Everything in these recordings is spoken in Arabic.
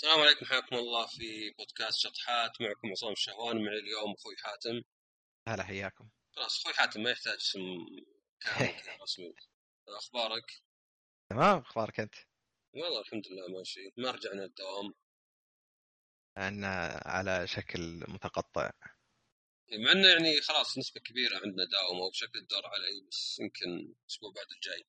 السلام عليكم، حياكم الله في بودكاست شطحات. معكم عصام الشهوان، معي اليوم اخوي حاتم. هلا حياكم. خلاص اخوي حاتم ما يحتاج اسم كامل كذا رسمي. اخبارك؟ تمام، اخبارك انت؟ والله الحمد لله ماشي، ما رجعنا الدوام. أنا على شكل متقطع. مع انه يعني خلاص نسبة كبيرة عندنا داوم او بشكل الدور علي، بس يمكن الاسبوع بعد الجاي.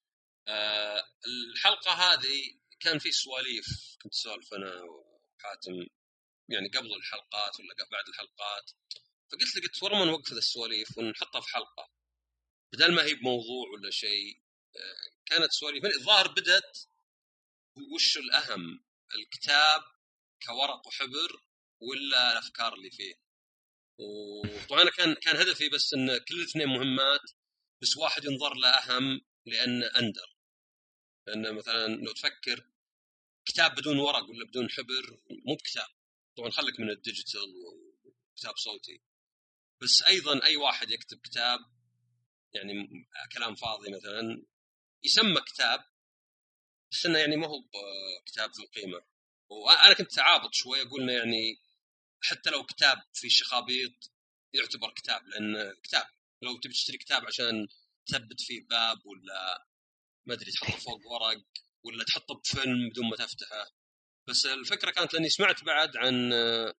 الحلقة هذه كان في سواليف كنت اسولف انا وحاتم، يعني قبل الحلقات ولا بعد الحلقات. قلت ورا ما نوقف السواليف ونحطها في حلقة بدل ما هي بموضوع ولا شيء. كانت سواليف الظاهر بدت وش الأهم، الكتاب كورق وحبر ولا الأفكار اللي فيه. وطبعا كان هدفي بس ان كل الاثنين مهمات، بس واحد ينظر له أهم لأن أندر. لأن مثلا لو تفكر كتاب بدون ورق ولا بدون حبر مو بكتاب. طبعا خليك من الديجيتال وكتاب صوتي، بس أيضا أي واحد يكتب كتاب يعني كلام فاضي مثلا يسمى كتاب، بس انه يعني ما هو كتاب ذو قيمه. وانا كنت عابط شوي اقول انه يعني حتى لو كتاب في شخابيط يعتبر كتاب، لان كتاب لو تبي تشتري كتاب عشان تثبت فيه باب ولا ما ادري تحطه فوق ورق ولا تحطه بفيلم بدون ما تفتحه. بس الفكره كانت لاني سمعت بعد عن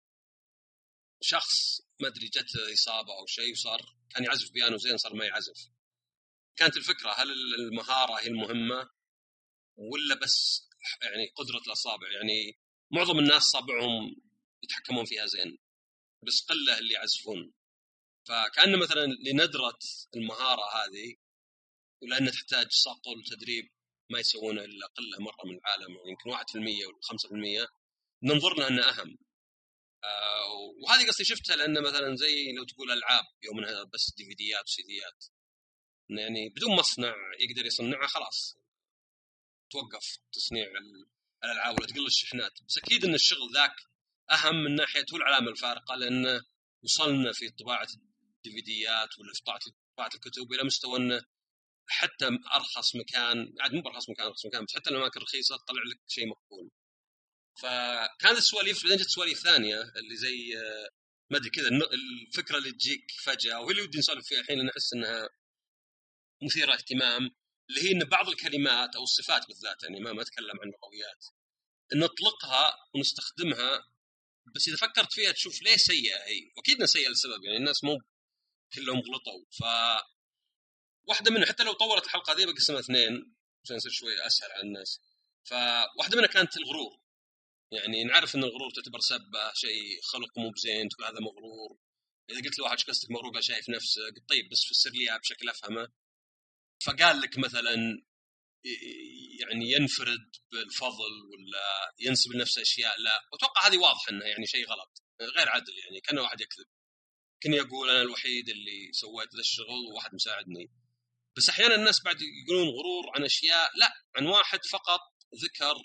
شخص ما ادري جت اصابه او شيء وصار كان يعزف بيانو زين صار ما يعزف. كانت الفكره هل المهاره هي المهمه ولا بس يعني قدرة الأصابع؟ يعني معظم الناس صابعهم يتحكمون فيها زين، بس قلة اللي يعزفون. فكأن مثلا لندرة المهارة هذه ولأنها تحتاج صقل وتدريب ما يسوونه إلا قلة مرة من العالم، يعني يمكن 1% ولا 5%، ننظر لها أنها أهم. وهذه قصدي شفتها لأن مثلا زي لو تقول ألعاب يوم أنها بس ديفيديات وسيديات، يعني بدون مصنع يقدر يصنعها خلاص توقف تصنيع الالعاب ولا تقل الشحنات. بس اكيد ان الشغل ذاك اهم من ناحيه هو العلامه الفارقه، لان وصلنا في طباعه الديفيديات ولا في طباعه الكتب الى مستوى انه حتى ارخص مكان، عاد مو برخص مكان ارخص مكان، بس حتى الاماكن رخيصه تطلع لك شيء مقبول. فكانت السواليف بعدين جت سواليف ثانيه اللي زي ما ادري كذا الفكره اللي تجيك فجاه وهي اللي ودي نسولف فيها الحين، نحس انها مثيره اهتمام، اللي هي ان بعض الكلمات او الصفات بالذات، يعني ما اتكلم عن اللغويات، نطلقها ونستخدمها، بس اذا فكرت فيها تشوف ليه سيئه هي، واكيد انها سيئه لسبب، يعني الناس مو كلهم غلطوا. واحده منها حتى لو طورت الحلقه دي بقسمها اثنين عشان يصير شوي اسهل على الناس. فواحده منها كانت الغرور. يعني نعرف ان الغرور تعتبر سبه، شيء خلق مو بزين، تقول هذا مغرور. اذا قلت لواحد ايش قصدك مغرور قال شايف نفسه، قلت طيب بس فسر لي اياها بشكل افهمه. فقال لك مثلا يعني ينفرد بالفضل ولا ينسب لنفسه اشياء، لا اتوقع هذه واضحه انها يعني شيء غلط غير عدل، يعني كان واحد يكذب، كني اقول انا الوحيد اللي سويت ذا الشغل وواحد مساعدني. بس احيانا الناس بعد يقولون غرور عن اشياء، لا عن واحد فقط ذكر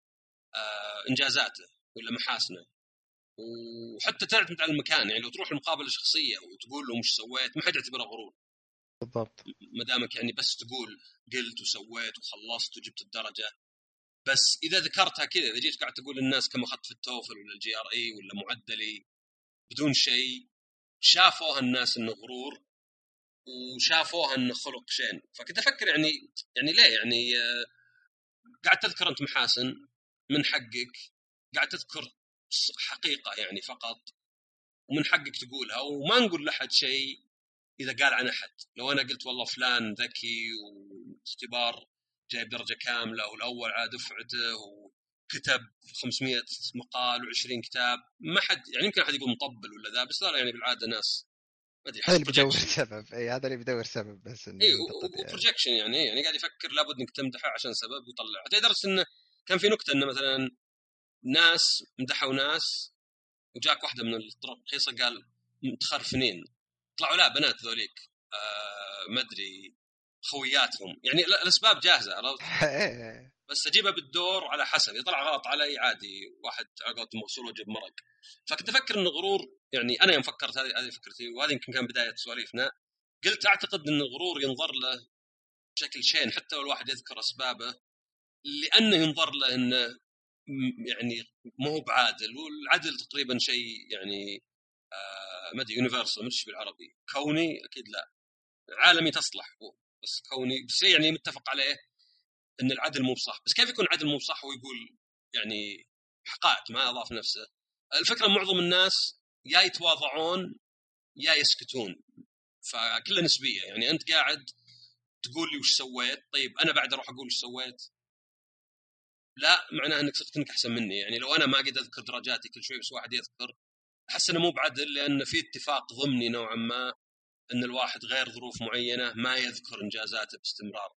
انجازاته ولا محاسنه. وحتى تعتمد على المكان، يعني لو تروح المقابله الشخصيه وتقول له مش سويت ما حد يعتبره غرور، بالضبط. ما دامك يعني بس تقول قلت وسويت وخلصت وجبت الدرجه. بس اذا ذكرتها كذا، اذا جيت قاعد تقول للناس كم اخذت في التوفل ولا الجي ار اي ولا معدلي بدون شيء، شافوها الناس انه غرور وشافوها انه خلق شين. فكنت افكر يعني ليه يعني قاعد تذكر انت محاسن من حقك، قاعد تذكر حقيقه يعني فقط ومن حقك تقولها، وما نقول لحد شيء اذا قال عن احد. لو انا قلت والله فلان ذكي واختبار جايب درجه كامله والاول على دفعته وكتب 500 مقال و20 كتاب، ما حد يعني يمكن احد يقول مطبل ولا ذا، بس لا يعني بالعاده ناس ما ادري هذا حسب اللي بدور بروجكشن. سبب، اي هذا اللي بدور سبب بس انه اي ينتقد يعني. وبروجكشن يعني قاعد يفكر لابد انك تمدحه عشان سبب ويطلع. حتى لدرجه انه كان في نكته انه مثلا ناس مدحوا ناس وجاك واحده من الطرق رخيصه قال متخرفنين، طلعوا لا بنات ذوليك ما ادري خوياتهم، يعني الاسباب جاهزه عرفت، بس اجيبها بالدور على حسب، يطلع غلط علي عادي، واحد عقد مغسول وجب مرق. فكنت افكر ان الغرور، يعني انا يوم فكرت هذه فكرتي وهذه يمكن كان بدايه سواليفنا، قلت اعتقد ان الغرور ينظر له بشكل شين حتى لو الواحد يذكر اسبابه، لانه ينظر له انه يعني ما هو بعادل، والعدل تقريبا شيء يعني ما ادري يونيفرسال مش بالعربي، كوني اكيد لا، عالمي تصلح، بس كوني بس يعني متفق عليه ان العدل مو بصح. بس كيف يكون عدل مو بصح ويقول يعني حقائق ما اضاف نفسه؟ الفكره معظم الناس يا يتواضعون يا يسكتون، فكلها نسبيه. يعني انت قاعد تقول لي وش سويت، طيب انا بعد اروح اقول وش سويت، لا معناه انك صرت انك احسن مني. يعني لو انا ما قد اذكر درجاتي كل شوي بس واحد يذكر، احس انه مو بعدل، لان في اتفاق ضمني نوعا ما ان الواحد غير ظروف معينه ما يذكر انجازاته باستمرار.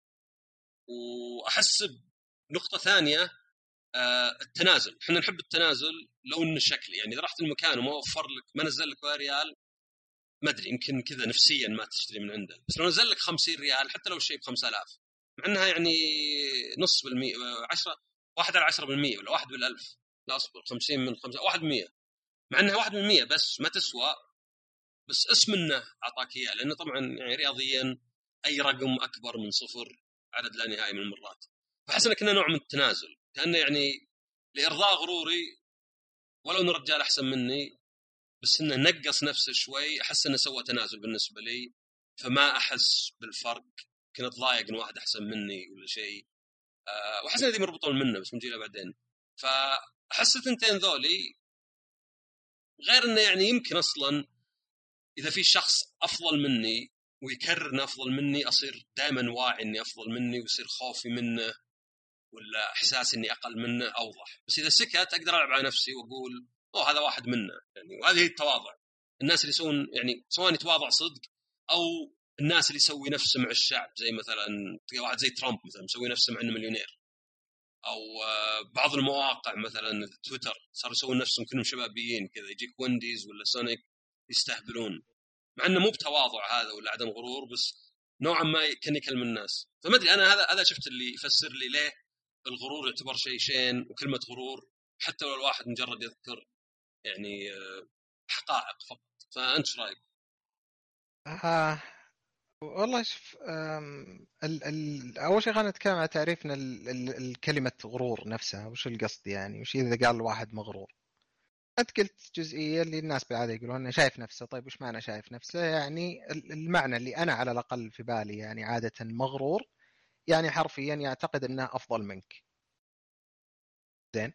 واحس بنقطه ثانيه، التنازل. احنا نحب التنازل لو انه شكلي، يعني اذا رحت المكان وما وفر لك ما نزل لك ريال، ما ادري يمكن كذا نفسيا ما تشتري من عنده. بس لو نزل لك 50 ريال حتى لو الشيء ب 5000، مع انها يعني نص بالمية، 10 واحد على 10% ولا واحد بالألف، لا اصبر 50 من 5 1%، مع انها 1% بس ما تسوى، بس اسم انه اعطاك اياه، لانه طبعا يعني رياضيا اي رقم اكبر من صفر عدد لا نهائي من المرات. فحس انه كنا نوع من التنازل، كانه يعني لارضاء غروري، ولو انه رجال احسن مني بس انه نقص نفسه شوي، احس انه سوى تنازل بالنسبه لي، فما احس بالفرق. كنت ضايق ان واحد احسن مني ولا شيء. واحس ان هذه مربوطه منه، بس بنجي لها بعدين. فاحس الثنتين ذولي، غير انه يعني يمكن اصلا اذا في شخص افضل مني ويكرر انه افضل مني، اصير دائما واعي اني افضل مني، ويصير خوفي منه ولا احساس اني اقل منه اوضح. بس اذا سكت اقدر العب على نفسي واقول اوه هذا واحد منا يعني. وهذه التواضع. الناس اللي يسوون يعني سواء يتواضع صدق، او الناس اللي يسوي نفسه مع الشعب، زي مثلا واحد زي ترامب مثلا مسوي نفسه مع انه مليونير، او بعض المواقع مثلا تويتر صاروا يسوون نفسهم كلهم شبابيين كذا، يجيك وينديز ولا سونيك يستهبلون، مع انه مو بتواضع هذا ولا عدم غرور، بس نوعا ما كان يكلم الناس. فما ادري انا هذا شفت اللي يفسر لي ليه الغرور يعتبر شيء شين، وكلمه غرور حتى لو الواحد مجرد يذكر يعني حقائق فقط. فانت ايش رايك؟ والله شوف، أول شيء خلينا نتكلم عن تعريفنا الكلمة غرور نفسها، وش القصد يعني، وش إذا قال واحد مغرور. أنت قلت جزئية اللي الناس بالعادة يقولون أنه شايف نفسه. طيب وش معنى شايف نفسه؟ يعني المعنى اللي أنا على الأقل في بالي يعني عادة مغرور، يعني حرفيا يعتقد أنه أفضل منك. زين.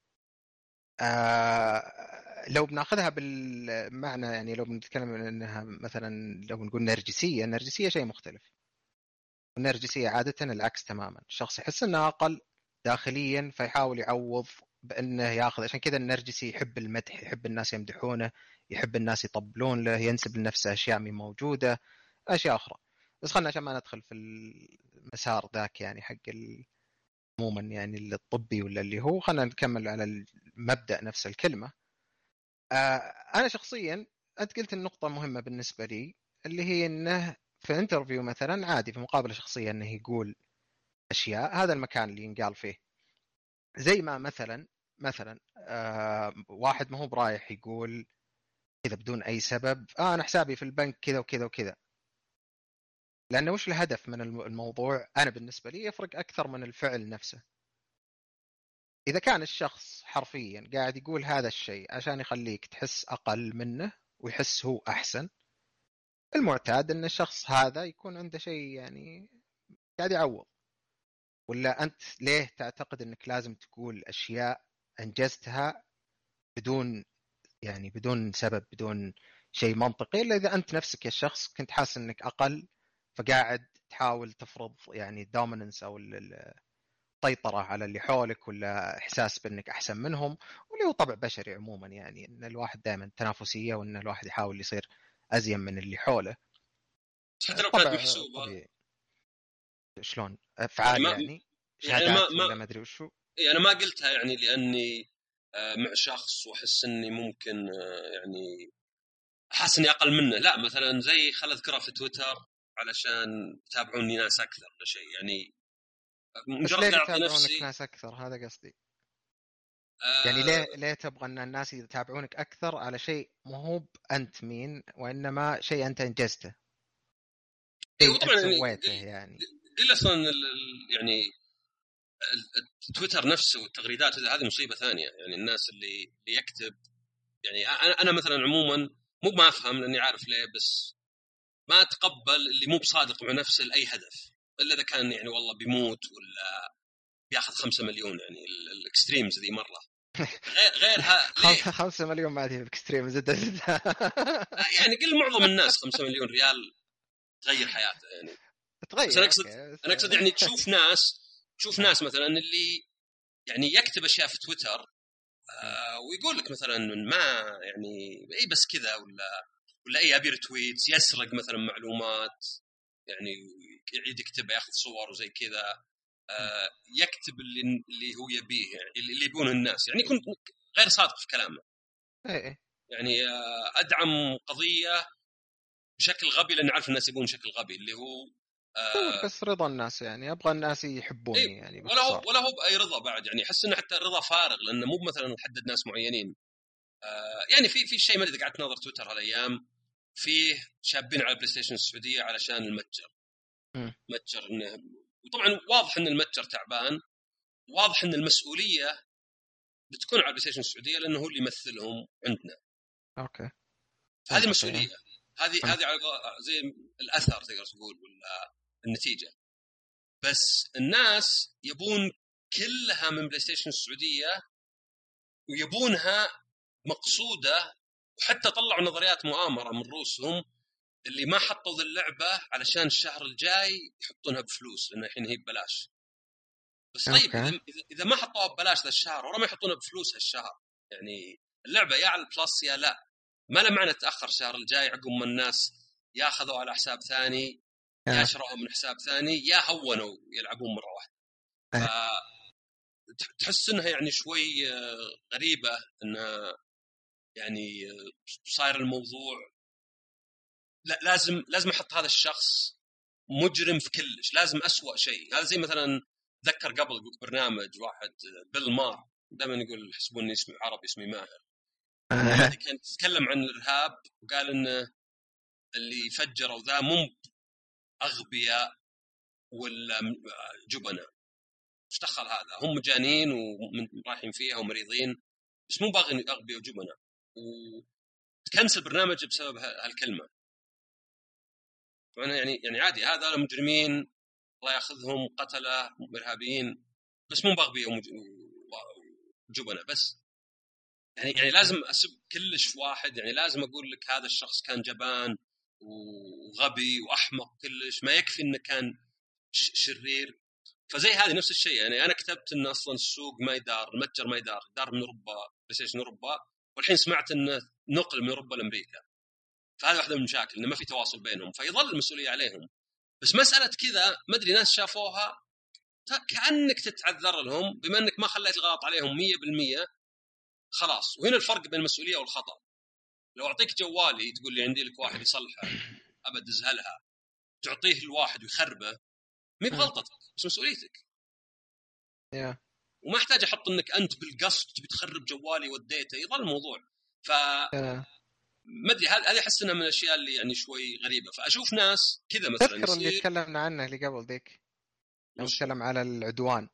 لو بناخذها بالمعنى، يعني لو بنتكلم عن انها مثلا لو بنقول النرجسيه شيء مختلف. النرجسيه عاده العكس تماما، الشخص يحس انه اقل داخليا فيحاول يعوض بانه ياخذ. عشان كذا النرجسي يحب المدح، يحب الناس يمدحونه، يحب الناس يطبلون له، ينسب لنفسه اشياء مي موجوده، اشياء اخرى. بس خلنا عشان ما ندخل في المسار ذاك يعني حق عموما يعني الطبي ولا اللي هو، خلنا نكمل على المبدأ نفس الكلمة. أنا شخصيا أنت قلت النقطة مهمة بالنسبة لي، اللي هي أنه في انترفيو مثلا عادي في مقابلة شخصية أنه يقول أشياء، هذا المكان اللي ينقال فيه. زي ما مثلا واحد ما هو برايح يقول كذا بدون أي سبب أنا حسابي في البنك كذا وكذا وكذا، لأنه وش الهدف من الموضوع؟ أنا بالنسبة لي يفرق أكثر من الفعل نفسه. إذا كان الشخص حرفيا قاعد يقول هذا الشيء عشان يخليك تحس أقل منه ويحس هو أحسن، المعتاد أن الشخص هذا يكون عنده شيء يعني قاعد يعوض. ولا أنت ليه تعتقد أنك لازم تقول أشياء أنجزتها بدون يعني بدون سبب، بدون شيء منطقي، إلا إذا أنت نفسك يا شخص كنت حاسس أنك أقل، فقاعد تحاول تفرض يعني الدوميننس أو سيطرة على اللي حولك، ولا إحساس بأنك أحسن منهم. واللي هو طبع بشري عموما، يعني أن الواحد دائما تنافسية، وأن الواحد يحاول يصير أزين من اللي حوله. حتى لو كانت طبع محسوبه. طبيعي. شلون يعني أفعال ما يعني يعني ما شهادات ما ولا ما أدري وشو. يعني انا ما قلتها يعني لاني مع شخص واحس اني ممكن يعني حاسس اني اقل منه، لا مثلا زي خل اذكرها في تويتر علشان يتابعوني ناس اكثر ولا شيء يعني، بس مجرد ليه قاعد اعطي بيتابعونك نفسي ناس أكثر؟ هذا قصدي. يعني آه ليه تبغى أن الناس يتابعونك أكثر على شيء ما هو أنت مين، وإنما شيء أنت أنجزته، ايوه شيء طبعا أنت يعني سويته يعني. قل اصلا يعني تويتر نفسه والتغريدات هذه مصيبه ثانيه. يعني الناس اللي يكتب، يعني انا مثلا عموما مو ما افهم لاني عارف ليه، بس ما اتقبل اللي مو بصادق مع نفسه لاي هدف، الا اذا كان يعني والله بيموت ولا بياخذ 5 مليون. يعني الاكستريمز ذي مره غيرها ليه. 5 مليون ما عندي اكستريم زد. يعني قل معظم الناس 5 مليون ريال تغير حياته يعني. بس تغير اوكي بس انا اقصد يعني تشوف ناس مثلا اللي يعني يكتب اشياء في تويتر ويقول لك مثلا ما يعني اي بس كذا، ولا اي ابي رتويتس، يسرق مثلا معلومات، يعني يعيد يكتب، ياخذ صور وزي كذا، يكتب اللي هو يبيه، يعني اللي يبونه الناس، يعني يكون غير صادق في كلامه. ايه يعني ادعم قضيه بشكل غبي لان عارف الناس يبون شكل غبي، اللي هو بس رضا الناس، يعني ابغى الناس اي، يحبوني يعني باختصار. ولا هو باي رضا بعد. يعني احس انه حتى رضا فارغ، لانه مو مثلا نحدد ناس معينين. يعني في شيء، ما ادري قاعد تناظر تويتر هالايام، فيه شابين على بلاي ستيشن السعوديه علشان المتجر. متجر انه، وطبعا واضح ان المتجر تعبان، واضح ان المسؤوليه بتكون على بلاي ستيشن السعوديه لانه هو اللي يمثلهم عندنا. اوكي هذه منطقي يعني. مسؤوليه، هذه زي الاثر تقدر تقول، ولا النتيجه. بس الناس يبون كلها من بلاي ستيشن السعوديه، ويبونها مقصوده، وحتى طلعوا نظريات مؤامره من روسهم اللي ما حطوا ذي اللعبه علشان الشهر الجاي يحطونها بفلوس، لان الحين هي ببلاش. بس طيب اوكي اذا ما حطوها ببلاش ذا الشهر، ورا ما يحطونها بفلوس هالشهر، يعني اللعبه يا على البلس يا لا. ما له معنى تاخر الشهر الجاي عقب ما الناس ياخذوا على حساب ثاني، يا شروها من حساب ثاني، يا هونوا يلعبون مره واحده. فتحس انها يعني شوي غريبه، انها يعني صاير الموضوع لا، لازم احط هذا الشخص مجرم في كلش، لازم أسوأ شيء. هذا زي مثلا ذكر قبل برنامج واحد بيل مار، دائما يقول يحسبوني اسمي عربي، اسمي ماهر. هذه كانت تتكلم عن الارهاب، وقال ان اللي فجروا ذا مو اغبياء ولا جبناء، ايش دخل هذا؟ هم مجانين ورايحين فيها ومريضين، بس مو باغي اغبياء وجبناء. وتكنسل برنامج بسبب هالكلمه. طبعا يعني عادي، هذا مجرمين الله ياخذهم، قتله ارهابيين، بس مو باغبياء وجبناء بس. يعني لازم اسب كلش واحد، يعني لازم اقول لك هذا الشخص كان جبان وغبي واحمق كلش، ما يكفي انه كان شرير. فزي هذه نفس الشيء. يعني انا كتبت ان اصلا السوق ما يدار، المتجر ما دار من اوروبا، بلاي ستيشن اوروبا، والحين سمعت انه نقل من اوروبا لامريكا. فهذه واحده من المشاكل، انه ما في تواصل بينهم، فيظل المسؤوليه عليهم. بس مساله كذا ما ادري، ناس شافوها كأنك تتعذر لهم، بما أنك ما خليت الغلط عليهم 100%. خلاص، وهنا الفرق بين المسؤولية والخطأ. لو أعطيك جوالي تقول لي عندي لك واحد يصلحه، أبد زهلها، تعطيه الواحد ويخربه، مي بغلطتك بس مسؤوليتك. وما احتاج أحط أنك أنت بالقصد تبي تخرب جوالي وديته، يظل الموضوع. ف ما ادري، هذه احس انها من الاشياء اللي يعني شوي غريبه. فاشوف ناس كذا مثلا تذكر اللي تكلمنا عنه اللي قبل ذيك، لما نتكلم على العدوان،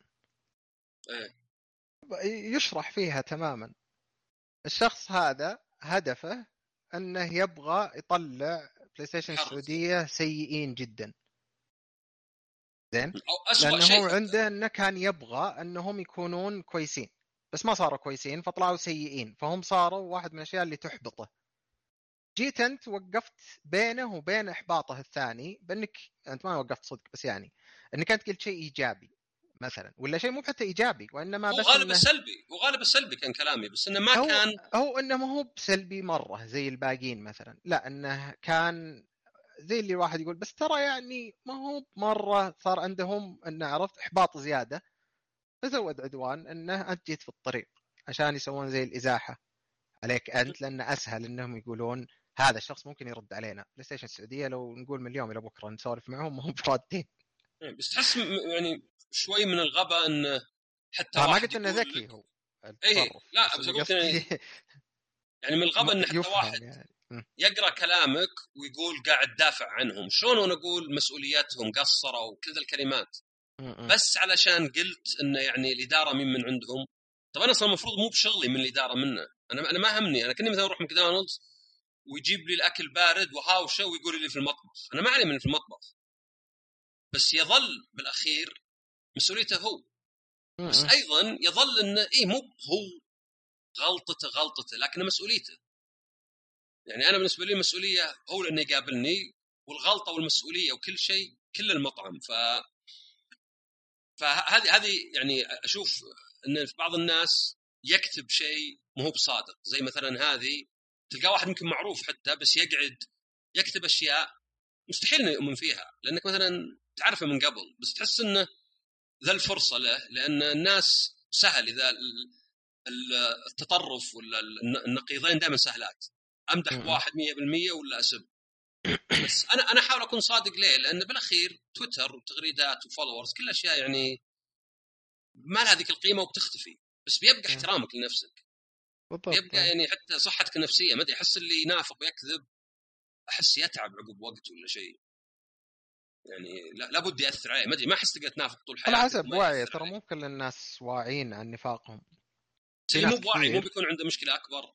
يشرح فيها تماما. الشخص هذا هدفه انه يبغى يطلع بلاي ستيشن السعوديه سيئين جدا، زين، لانه هو عنده انه كان يبغى انهم يكونون كويسين، بس ما صاروا كويسين فطلعوا سيئين، فهم صاروا واحد من الاشياء اللي تحبطه. جيت انت وقفت بينه وبين احباطه الثاني بانك انت ما وقفت صدق، بس يعني انك انت قلت شيء ايجابي مثلا، ولا شيء مو حتى ايجابي، وانما هو بس غالب السلبي، وغالب السلبي كان كلامي، بس انه ما كان هو انه ما هو بسلبي مره زي الباقيين مثلا، لا انه كان زي اللي واحد يقول بس ترى يعني ما هو مره صار عندهم انه عرفت احباط زياده، فزود عدوان انه انت جيت في الطريق عشان يسوون زي الازاحه عليك انت، لانه اسهل انهم يقولون هذا الشخص ممكن يرد علينا. بلاي ستيشن السعوديه لو نقول من اليوم الى بكره نسولف معهم ما هم برادين. بس تحس يعني شوي من الغباء انه حتى ما واحد قلت انه يقول ذكي لك هو ايه، التصرف، لا بس بس انه قلت قصدي يعني من الغباء ان حتى واحد يفهم يعني. يقرا كلامك ويقول قاعد دافع عنهم. شلون وانا اقول مسؤولياتهم قصروا وكذا الكلمات؟ بس علشان قلت انه يعني الاداره مين من عندهم. طب انا اصلا المفروض مو بشغلي من الاداره منه، انا ما همني. انا كني مثلا اروح ماكدونالدز ويجيب لي الاكل بارد وهاوشه ويقول لي في المطبخ، انا ما علي من في المطبخ، بس يظل بالاخير مسؤوليته هو. بس ايضا يظل انه مو هو غلطته لكن مسؤوليته. يعني انا بالنسبه لي مسؤوليه هو لانه يقابلني، والغلطه والمسؤوليه وكل شيء كل المطعم. فهذه يعني اشوف ان في بعض الناس يكتب شيء مو هو بصادق، زي مثلا هذه تلقى واحد يمكن معروف حتى بس يقعد يكتب اشياء مستحيل يؤمن فيها، لانك مثلا تعرفه من قبل بس تحس انه ذا الفرصه له، لان الناس سهل اذا التطرف ولا النقيضين دائما سهلات. امدح بواحد 100% ولا اسب. بس انا احاول اكون صادق ليه؟ لان بالاخير تويتر وتغريدات وفولورز كل اشياء يعني ما لها ذيك القيمه وبتختفي، بس بيبقى احترامك لنفسك. يبقى يعني حتى صحتك النفسيه. ما ادري، احس اللي ينافق ويكذب احس يتعب عقب وقت ولا شيء، يعني لابد ياثر عليه. ما ادري، ما احس تقدر تنافق طول حياتك. على حسب وعي، ترى مو كل الناس واعيين عن نفاقهم. اللي مو بواعي مو بيكون عنده مشكله اكبر.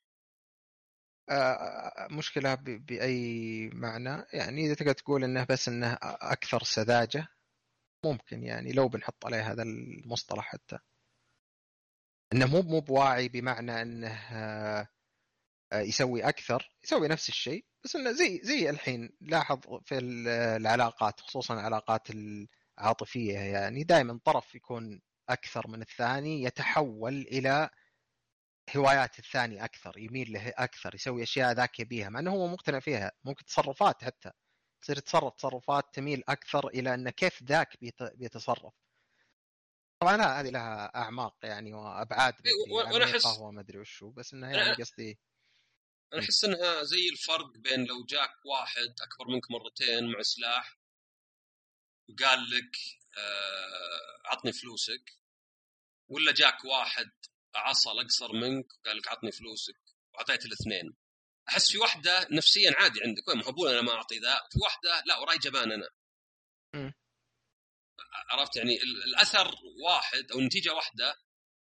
مشكله باي معنى يعني؟ اذا تقدر تقول انه بس انه اكثر سذاجه ممكن، يعني لو بنحط عليه هذا المصطلح حتى انه مو بواعي بمعنى انه يسوي اكثر، يسوي نفس الشيء بس انه زي الحين لاحظ في العلاقات، خصوصا العلاقات العاطفيه، يعني دائما طرف يكون اكثر من الثاني يتحول الى هوايات الثاني اكثر، يميل له اكثر، يسوي اشياء ذاك يبيها مع انه هو مقتنع فيها. ممكن تصرفات حتى تصير تصرفات تميل اكثر الى ان كيف ذاك بيتصرف. طبعا هذه لها اعماق يعني وابعاد عميقه وما ادري وشو، بس انها يعني قصدي انا احس انها زي الفرق بين لو جاك واحد اكبر منك مرتين مع سلاح وقال لك عطني فلوسك، ولا جاك واحد عصا اقصر منك وقال لك عطني فلوسك وعطيت الاثنين. احس في واحده نفسيا عادي عندك وين محبون انا ما اعطي ذا، في واحده لا وراي جبان انا. عرفت يعني الاثر واحد او النتيجه واحده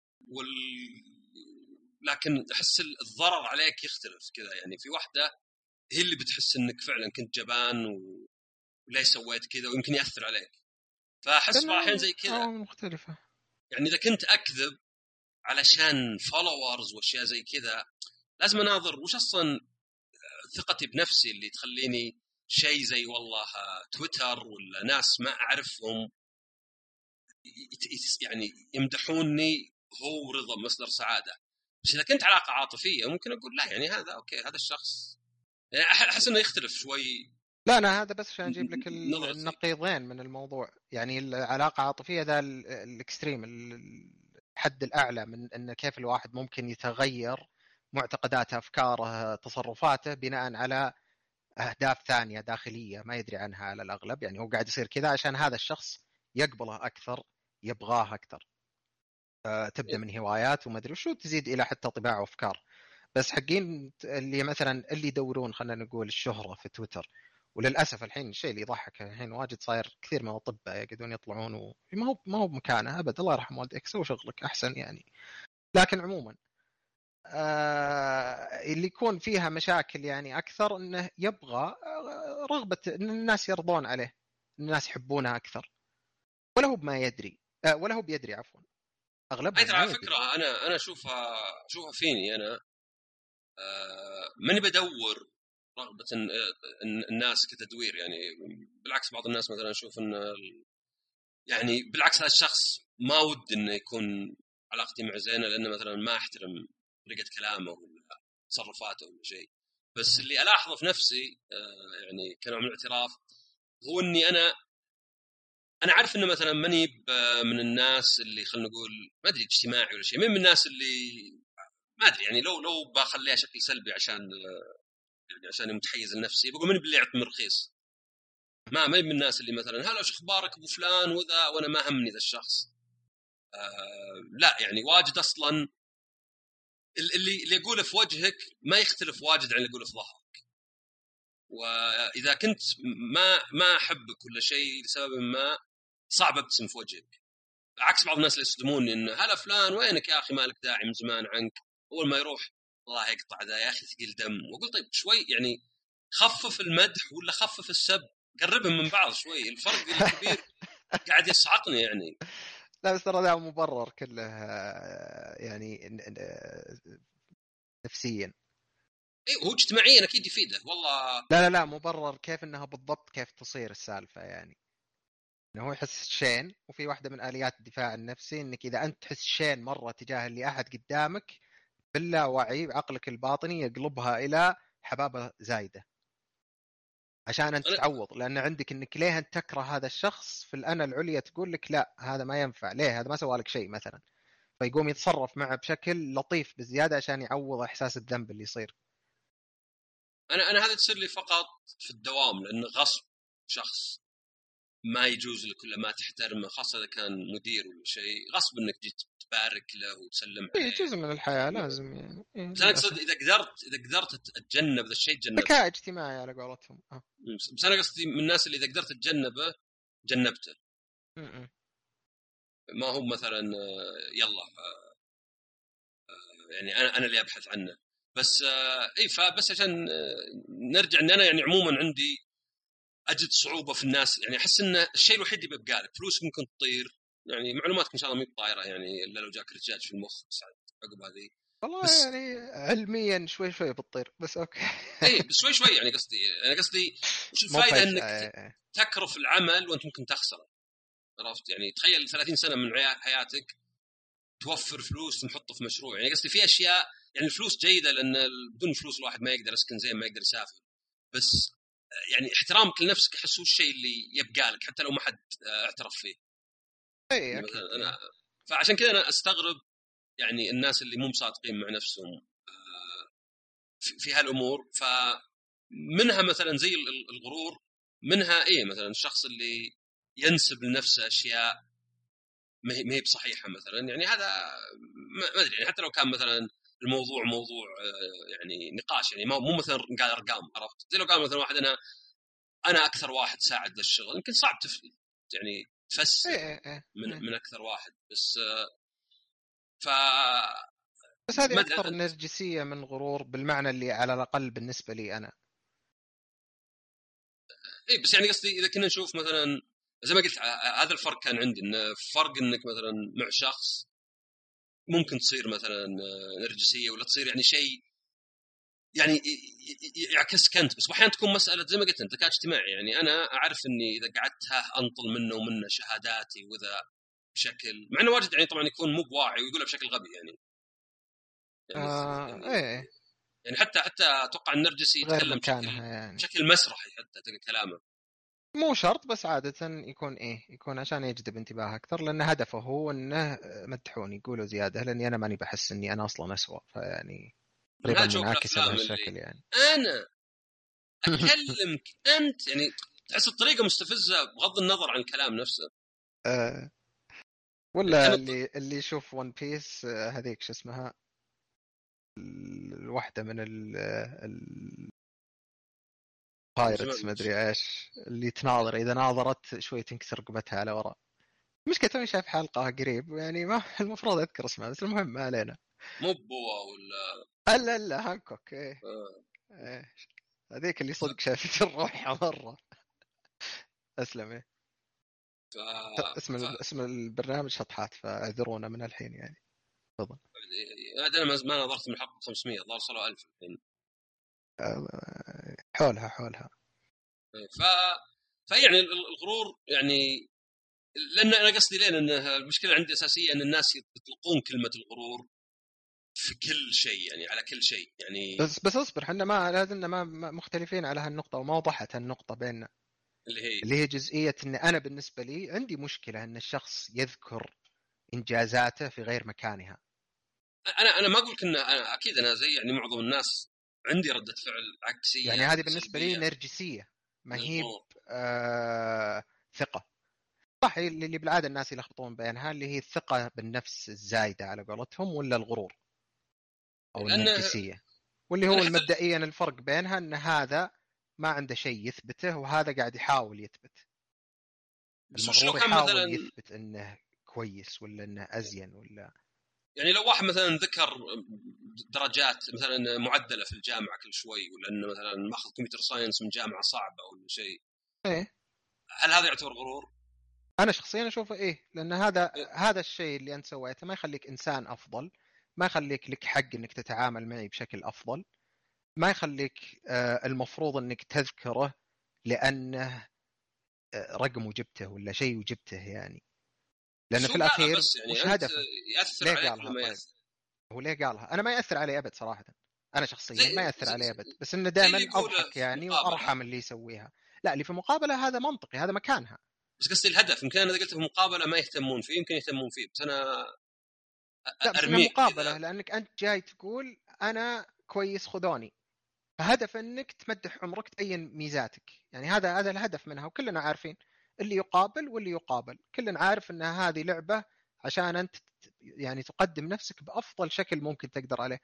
لكن احس الضرر عليك يختلف كذا. يعني في واحده هي اللي بتحس انك فعلا كنت جبان وليه سويت كذا ويمكن ياثر عليك. فاحس الحين زي كذا مختلفه. يعني اذا كنت اكذب علشان فولورز واشياء زي كذا لازم اناظر وش اصلا ثقتي بنفسي اللي تخليني شيء زي والله تويتر ولا ناس ما اعرفهم يعني يمدحوني هو رضا مصدر سعاده. بس اذا كنت علاقه عاطفيه ممكن اقول لا، يعني هذا اوكي، هذا الشخص يعني احس انه يختلف شوي. لا انا هذا بس عشان اجيب لك النقيضين من الموضوع. يعني العلاقه العاطفيه ذا الاكستريم، الحد الاعلى من ان كيف الواحد ممكن يتغير معتقداته، افكاره، تصرفاته بناء على اهداف ثانيه داخليه ما يدري عنها على الاغلب. يعني هو قاعد يصير كذا عشان هذا الشخص يقبله اكثر، يبغاه اكثر. تبدا من هوايات وما ادري وشو، تزيد الى حتى طباع وافكار. بس حقين اللي مثلا اللي يدورون خلينا نقول الشهره في تويتر، وللاسف الحين الشيء اللي يضحك الحين واجد صاير كثير من الاطباء يقعدون يطلعون ما هو بمكانه ابد، الله يرحم والديك، سوي شغلك احسن يعني. لكن عموما اللي يكون فيها مشاكل يعني اكثر انه يبغى رغبه ان الناس يرضون عليه، الناس يحبونه اكثر، ولا هو بما يدري ولا هو بيدري عفوا. اغلبهم على فكره انا اشوفها فيني انا ماني بدور رغبه الناس كتدوير. يعني بالعكس بعض الناس مثلا اشوف ان يعني بالعكس هذا الشخص ما ود انه يكون علاقتي مع زينه لانه مثلا ما احترم طريقه كلامه ولا تصرفاته ولا شيء. بس اللي الاحظه في نفسي يعني كنوع من الاعتراف هو اني انا عارف انه مثلا ماني من الناس اللي خلينا نقول ما ادري اجتماعي ولا شيء، من الناس اللي ما ادري يعني لو بخليها شكل سلبي عشان متحيز لنفسي بقول ماني باللي يعطي رخيص. ما من الناس اللي مثلا هلا وش اخبارك ابو فلان وذا وانا ما همني ذا الشخص. لا يعني واجد اصلا اللي يقوله في وجهك ما يختلف واجد عن اللي يقوله في ظهرك. واذا كنت ما احبك كل شيء لسبب ما صعب ابتسم في وجهك. عكس بعض الناس اللي يصدموني ان هلا فلان وينك يا اخي مالك داعي من زمان عنك، اول ما يروح الله يقطع ذا يا اخي ثقيل دم. واقول طيب شوي يعني خفف المدح ولا خفف السب، قربهم من بعض شوي، الفرق الكبير قاعد يصعقني يعني. لا بس ترى ذا مبرر كله يعني نفسيا. اي هو اجتماعيا اكيد يفيده والله. لا مبرر كيف انها بالضبط كيف تصير السالفه يعني. انه هو يحس شين، وفي واحده من اليات الدفاع النفسي انك اذا انت تحس شين مره تجاه اللي احد قدامك باللاوعي عقلك الباطني يقلبها الى حبابه زايده عشان انت تعوض، لان عندك انك ليه انت تكره هذا الشخص، في الانا العليا تقول لك لا هذا ما ينفع، ليه هذا ما سوى لك شيء مثلا، فيقوم يتصرف معه بشكل لطيف بزياده عشان يعوض احساس الذنب اللي يصير. انا هذا تصير لي فقط في الدوام، لانه غصب شخص ما يجوز لك ولا ما تحترمه، خاصه اذا كان مدير ولا شيء، غصب انك جيت تبارك له وتسلم اي عليه. جزء من الحياه لازم يعني. بس انا اقصد اذا قدرت اتجنب ذا الشيء تجنبه. ذكاء اجتماعي على قولتهم. بس انا قصدي من الناس اللي اذا قدرت اتجنبه جنبته. ما هو مثلا يلا يعني انا اللي ابحث عنه. بس اي فبس عشان نرجع ان انا يعني عموما عندي اجد صعوبه في الناس، يعني احس ان الشيء الوحيد اللي بيبقى لك فلوس ممكن تطير، يعني معلوماتك ان شاء الله ما طايره يعني الا لو جاك رجاج في المخ ساعد عقب هذه. والله بس يعني علميا شوي شوي بتطير بس اوكي. اي بس شوي شوي يعني قصدي وش مو الفائده فجأة. انك تكرف العمل وانت ممكن تخسره؟ عرفت يعني تخيل 30 سنه من حياتك توفر فلوس تحطه في مشروع. يعني قصدي في اشياء يعني الفلوس جيده، لان بدون فلوس الواحد ما يقدر يسكن زين، ما يقدر يسافر. بس يعني احترامك لنفسك احس هو الشيء اللي يبقى لك حتى لو ما حد اعترف فيه. اي يعني اكيد. مثلا انا فعشان كذا انا استغرب يعني الناس اللي مو مصادقين مع نفسهم في هالامور. فمنها مثلا زي الغرور، منها ايه مثلا الشخص اللي ينسب لنفسه اشياء ما هي بصحيحه مثلا. يعني هذا ما ادري يعني حتى لو كان مثلا الموضوع موضوع يعني نقاش، يعني مو مثلا قال ارقام، عرفت؟ زي لو قال مثلا واحد انا اكثر واحد ساعد للشغل، يمكن صعب يعني تفسر إيه. من اكثر واحد. بس ف بس هذه ما ادري اكثر نرجسيه من غرور بالمعنى اللي على الاقل بالنسبه لي انا. اي بس يعني قصدي اذا كنا نشوف مثلا زي ما قلت هذا الفرق كان عندي، ان فرق انك مثلا مع شخص ممكن تصير مثلا نرجسيه ولا تصير يعني شيء يعني يعكسك انت، بس احيانا تكون مساله زي ما قلت انت ذكاء اجتماعي. يعني انا اعرف اني اذا قعدت انطل منه ومنه شهاداتي وذا بشكل، مع انه واجد يعني طبعا يكون مو بواعي ويقولها بشكل غبي يعني ايه يعني حتى اتوقع النرجسي غير يتكلم مكانها يعني. بشكل مسرحي، حتى تلقى كلامه. مو شرط بس عادة يكون يكون عشان يجذب انتباه أكثر، لأن هدفه هو إنه مدحوني يقولوا زيادة، لأني أنا ماني بحس إني أنا أصلا أسوأ، فيعني من تقريبا هالجو في منعكسة الافلام اللي بهالشكل يعني. انا اكلمك انت، يعني تحس الطريقه مستفزه بغض النظر عن الكلام نفسه. أه يعني ولا اللي يشوف ون بيس هذيك شو اسمها، الواحدة من البايرتس ما أدري إيش، اللي تناظر إذا ناظرت شوي تنكسر رقبتها على وراء. مشكلة توني شايف حلقة قريب يعني ما المفروض أذكر اسمها، بس المهم ما علينا. مو بوا ولا لا هانكوك إيه. آه. إيه هذيك اللي صدق شافت الروح مرة. أسلم إيه. ف... اسم البرنامج شطحات، فاعذرونا من الحين يعني. تفضل. هذا انا ما نظرت من حلقه 500 ظهر صاروا 1000 الحين. حولها. ف فيعني الغرور يعني، لان انا قصدي لين ان المشكله عندي اساسيه ان الناس يطلقون كلمه الغرور في كل شيء، يعني على كل شيء يعني. بس اصبر، احنا ما لازلنا ما مختلفين على هالنقطة، وما وضحت هالنقطة بيننا، اللي هي جزئية ان انا بالنسبة لي عندي مشكلة ان الشخص يذكر انجازاته في غير مكانها. انا ما اقول ان اكيد انا زي يعني معظم الناس عندي ردة فعل عكسية يعني هذه ولا بالنسبة لي سلبية نرجسية، ما هي للغرور. ثقة. صح، اللي بالعادة الناس يلخبطون بينها، اللي هي الثقة بالنفس الزايدة على قولتهم، ولا الغرور أو لأن النرجسية، واللي هو حتى مبدئيا الفرق بينها أن هذا ما عنده شيء يثبته، وهذا قاعد يحاول يثبت. شنو المغرور كان يحاول مثلا؟ يثبت انه كويس ولا انه ازين ولا يعني لو واحد مثلا ذكر درجات مثلا معدله في الجامعه كل شوي، ولا انه مثلا ماخذ كمبيوتر ساينس من جامعه صعبه ولا شيء، ايه. هل هذا يعتبر غرور؟ انا شخصيا اشوفه ايه، لان هذا الشيء اللي انت سويته ما يخليك انسان افضل، ما يخليك لك حق انك تتعامل معي بشكل افضل، ما يخليك المفروض انك تذكره لانه رقم وجبته ولا شيء وجبته يعني. لان بس في هو قالها، الاخير بس يعني وش انت هدفه؟ ياثر ليه عليك ولا قالها ما طيب؟ ياثر؟ هو ليه قالها؟ انا ما ياثر علي ابد صراحه، انا زي شخصيا ما ياثر علي ابد، بس انه زي اللي دائما يقوله اضحك في يعني مقابله. وارحم اللي يسويها. لا، اللي في مقابله هذا منطقي، هذا مكانها. بس قصدي الهدف، يمكن انا اذا قلت في مقابله ما يهتمون فيه، يمكن يهتمون فيه، بس انا لا بس انها ارميك مقابله، كذا. لانك انت جاي تقول انا كويس خذوني، فهدف انك تمدح عمرك تبين ميزاتك، يعني هذا الهدف منها، وكلنا عارفين اللي يقابل واللي يقابل، كلنا عارف ان هذه لعبه عشان انت يعني تقدم نفسك بافضل شكل ممكن تقدر عليه،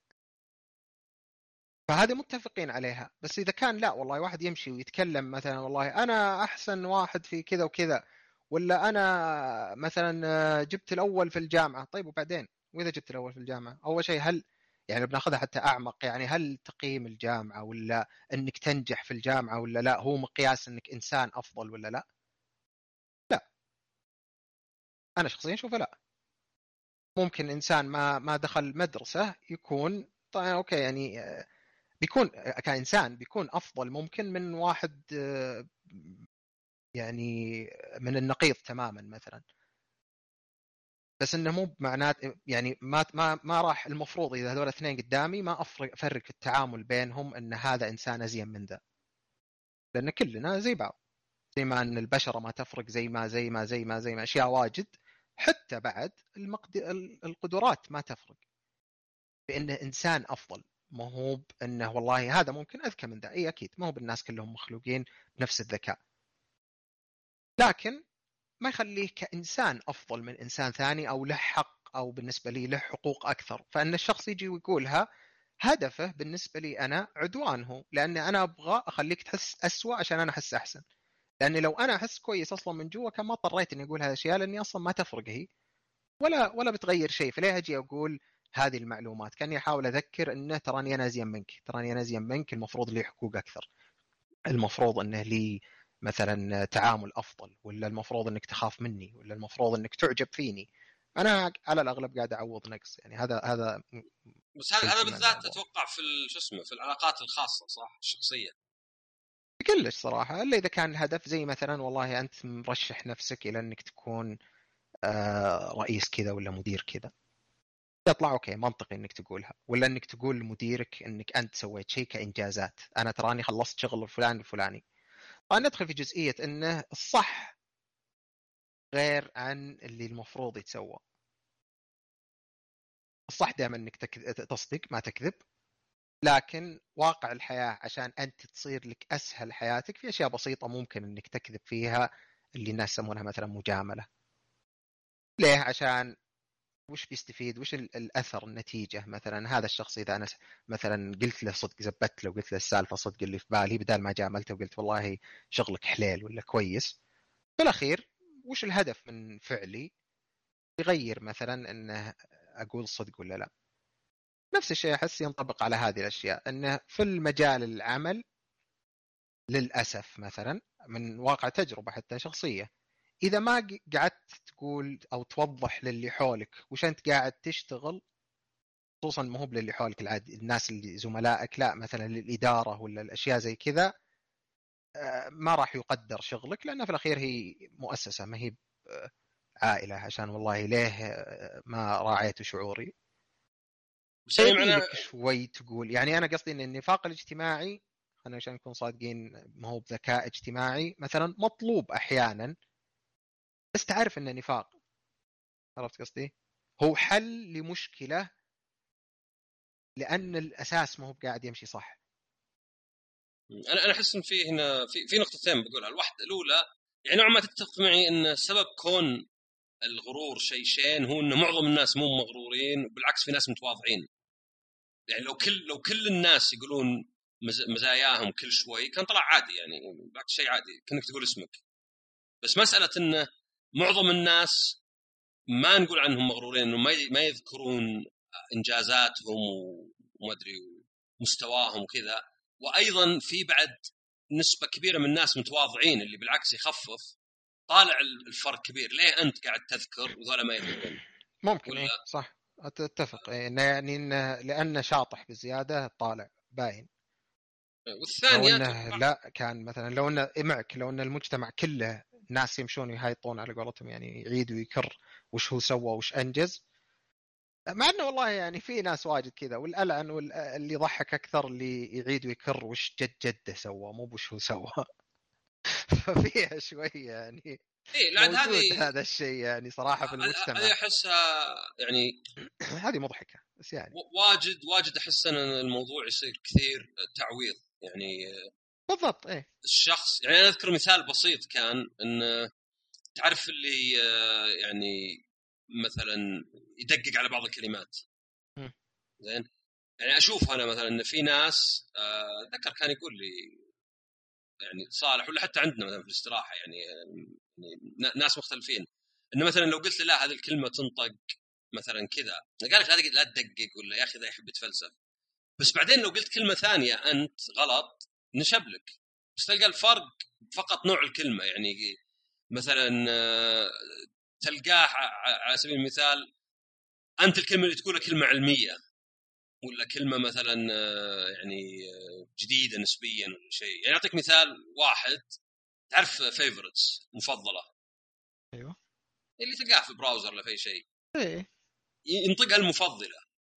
فهذه متفقين عليها. بس اذا كان لا والله واحد يمشي ويتكلم مثلا والله انا احسن واحد في كذا وكذا، ولا انا مثلا جبت الاول في الجامعه، طيب وبعدين؟ واذا جبت الاول في الجامعه، اول شيء هل يعني بناخذها حتى اعمق، يعني هل تقييم الجامعه ولا انك تنجح في الجامعه ولا لا هو مقياس انك انسان افضل ولا لا؟ لا، انا شخصيا اشوفه لا. ممكن انسان ما دخل مدرسه يكون طيب اوكي يعني بيكون كإنسان بيكون أفضل ممكن من واحد يعني من النقيض تماما مثلا، بس انه مو بمعنات يعني ما راح المفروض اذا هذول الاثنين قدامي ما افرق التعامل بينهم ان هذا انسان ازين من ذا، لان كلنا زي بعض، زي ما ان البشره ما تفرق، زي ما اشياء واجد، حتى بعد القدرات ما تفرق، بانه انسان افضل. ما هو بانه والله هذا ممكن اذكى من ذا، اي اكيد ما هو بالناس كلهم مخلوقين بنفس الذكاء، لكن ما يخليه كإنسان أفضل من إنسان ثاني أو له حق أو بالنسبة لي له حقوق أكثر. فأن الشخص يجي ويقولها هدفه بالنسبة لي أنا عدوان، هو لأني أنا أبغى أخليك تحس أسوأ عشان أنا أحس أحسن، لأني لو أنا أحس كويس أصلا من جوا كان ما اضطريت إني أقول هذه الأشياء، لأني أصلا ما تفرق هي ولا بتغير شيء، فليه أجي أقول هذه المعلومات؟ كاني احاول اذكر انه تراني انا ازين منك، تراني انا ازين منك، المفروض لي حقوق اكثر، المفروض انه لي مثلا تعامل افضل، ولا المفروض انك تخاف مني، ولا المفروض انك تعجب فيني. انا على الاغلب قاعد اعوض نقص، يعني هذا بس هذا مشكلتي مع بالذات الموضوع. اتوقع في شو اسمه في العلاقات الخاصه، صح، الشخصيه. كلش صراحه، الا اذا كان الهدف زي مثلا والله انت مرشح نفسك الى انك تكون رئيس كذا ولا مدير كذا، يطلع اوكي منطقي انك تقولها، ولا انك تقول لمديرك انك انت سويت شيء كانجازات، انا تراني خلصت شغل الفلاني الفلاني. طبعا ندخل في جزئيه انه الصح غير عن اللي المفروض يتسوى. الصح دائما انك تصدق ما تكذب، لكن واقع الحياة عشان انت تصير لك اسهل حياتك في اشياء بسيطة ممكن انك تكذب فيها، اللي الناس يسمونها مثلا مجاملة. ليه؟ عشان وش بيستفيد؟ وش الاثر، النتيجة؟ مثلا هذا الشخص اذا انا مثلا قلت له صدق، زبت له وقلت له السالفة صدق اللي في بالي، بدال ما جاملته وقلت والله شغلك حليل ولا كويس، في الاخير وش الهدف من فعلي؟ يغير مثلا انه اقول صدق ولا لا؟ نفس الشيء أحس ينطبق على هذه الأشياء، أنه في المجال العمل للأسف مثلا من واقع تجربة حتى شخصية، إذا ما قعدت تقول أو توضح للي حولك وش أنت قاعد تشتغل، خصوصا ما هو للي حولك العادي الناس اللي زملائك، لا مثلا للإدارة ولا الأشياء زي كذا، ما راح يقدر شغلك، لأنه في الأخير هي مؤسسة ما هي عائلة، عشان والله ليه ما راعيت شعوري. بس يعني يبي معناه لك شوي تقول، يعني انا قصدي ان النفاق الاجتماعي، خلينا عشان نكون صادقين، ما هو بذكاء اجتماعي مثلا مطلوب احيانا، بس تعرف انه نفاق. عرفت قصدي؟ هو حل لمشكله، لان الاساس ما هو قاعد يمشي صح. انا احس ان في هنا في نقطتين بقولها. الواحده الاولى، يعني نوعا ما تتفق معي ان سبب كون الغرور شيء هو انه معظم الناس مو مغرورين، وبالعكس في ناس متواضعين. يعني لو كل الناس يقولون مزاياهم كل شوي كان طلع عادي، يعني بعد شيء عادي كأنك تقول اسمك. بس مساله انه معظم الناس ما نقول عنهم مغرورين انه ما يذكرون انجازاتهم وما ادري مستواهم كذا. وايضا في بعد نسبه كبيره من الناس متواضعين اللي بالعكس يخفف. طالع الفرق كبير. ليه انت قاعد تذكر وذولا ما يذكرون؟ ممكن إيه صح اتفق إيه يعني إنه لانه شاطح بزياده طالع باين. لو والثانيه انه لا كان مثلا لو انه معك لو ان المجتمع كله ناس يمشون يهايطون على قولتهم يعني يعيد ويكر وش هو سوى وش انجز. مع انه والله يعني في ناس واجد كذا والالعن واللي يضحك اكثر اللي يعيد ويكر وش جده سوى مو وش هو سوى. ففيها شويه يعني إيه لعد موجود هذه هذا الشيء يعني صراحه في المجتمع. هذه احسها يعني هذه مضحكه بس يعني واجد احس ان الموضوع يصير كثير تعويض يعني. بالضبط ايه. الشخص يعني انا اذكر مثال بسيط كان ان تعرف اللي يعني مثلا يدقق على بعض الكلمات. زين يعني اشوف انا مثلا ان في ناس ذكر كان يقول لي يعني صالح ولا حتى عندنا مثلا في الاستراحه يعني ناس مختلفين انه مثلا لو قلت له لا هذه الكلمه تنطق مثلا كذا قال لك لا تدقق ولا يا اخي ذا يحب يتفلسف. بس بعدين لو قلت كلمه ثانيه انت غلط نشبلك. بس تلقى الفرق فقط نوع الكلمه يعني مثلا تلقاه على سبيل المثال انت الكلمه اللي تقولها كلمه علميه ولا كلمه مثلا يعني جديده نسبيا ولا شيء. يعني اعطيك مثال واحد تعرف فيفورتس مفضله. ايوه اللي تلقاه في البراوزر ولا في شيء ايه ينطقها المفضله.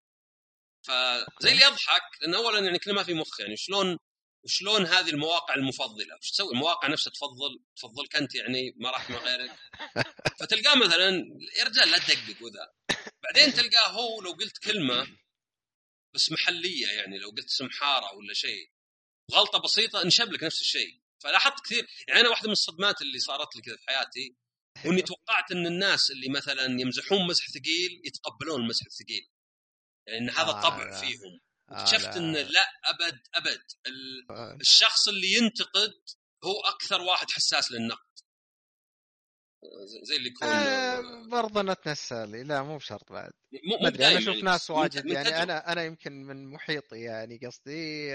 فزي اللي يضحك لان اولا يعني كلمه في مخ يعني شلون هذه المواقع المفضله وش تسوي المواقع نفسها تفضلك انت يعني ما راح مع غيرك. فتلقاه مثلا يا رجال لا تدقق وذا. بعدين تلقاه هو لو قلت كلمه بس محليه يعني لو قلت اسم حاره ولا شيء غلطه بسيطه انشب لك نفس الشيء. فلاحظت كثير يعني انا واحده من الصدمات اللي صارت لي كذا في حياتي واني توقعت ان الناس اللي مثلا يمزحون مزح ثقيل يتقبلون المزح الثقيل يعني ان هذا طبع لا. فيهم. واكتشفت ان لا. لا ابد الشخص اللي ينتقد هو اكثر واحد حساس للنقد. زي اللي يكون برضه نتنسى لي لا مو بشرط بعد. مو ما ادري انا بدايم اشوف يعني ناس بس واجد من يعني تجربه. انا يمكن من محيطي يعني قصدي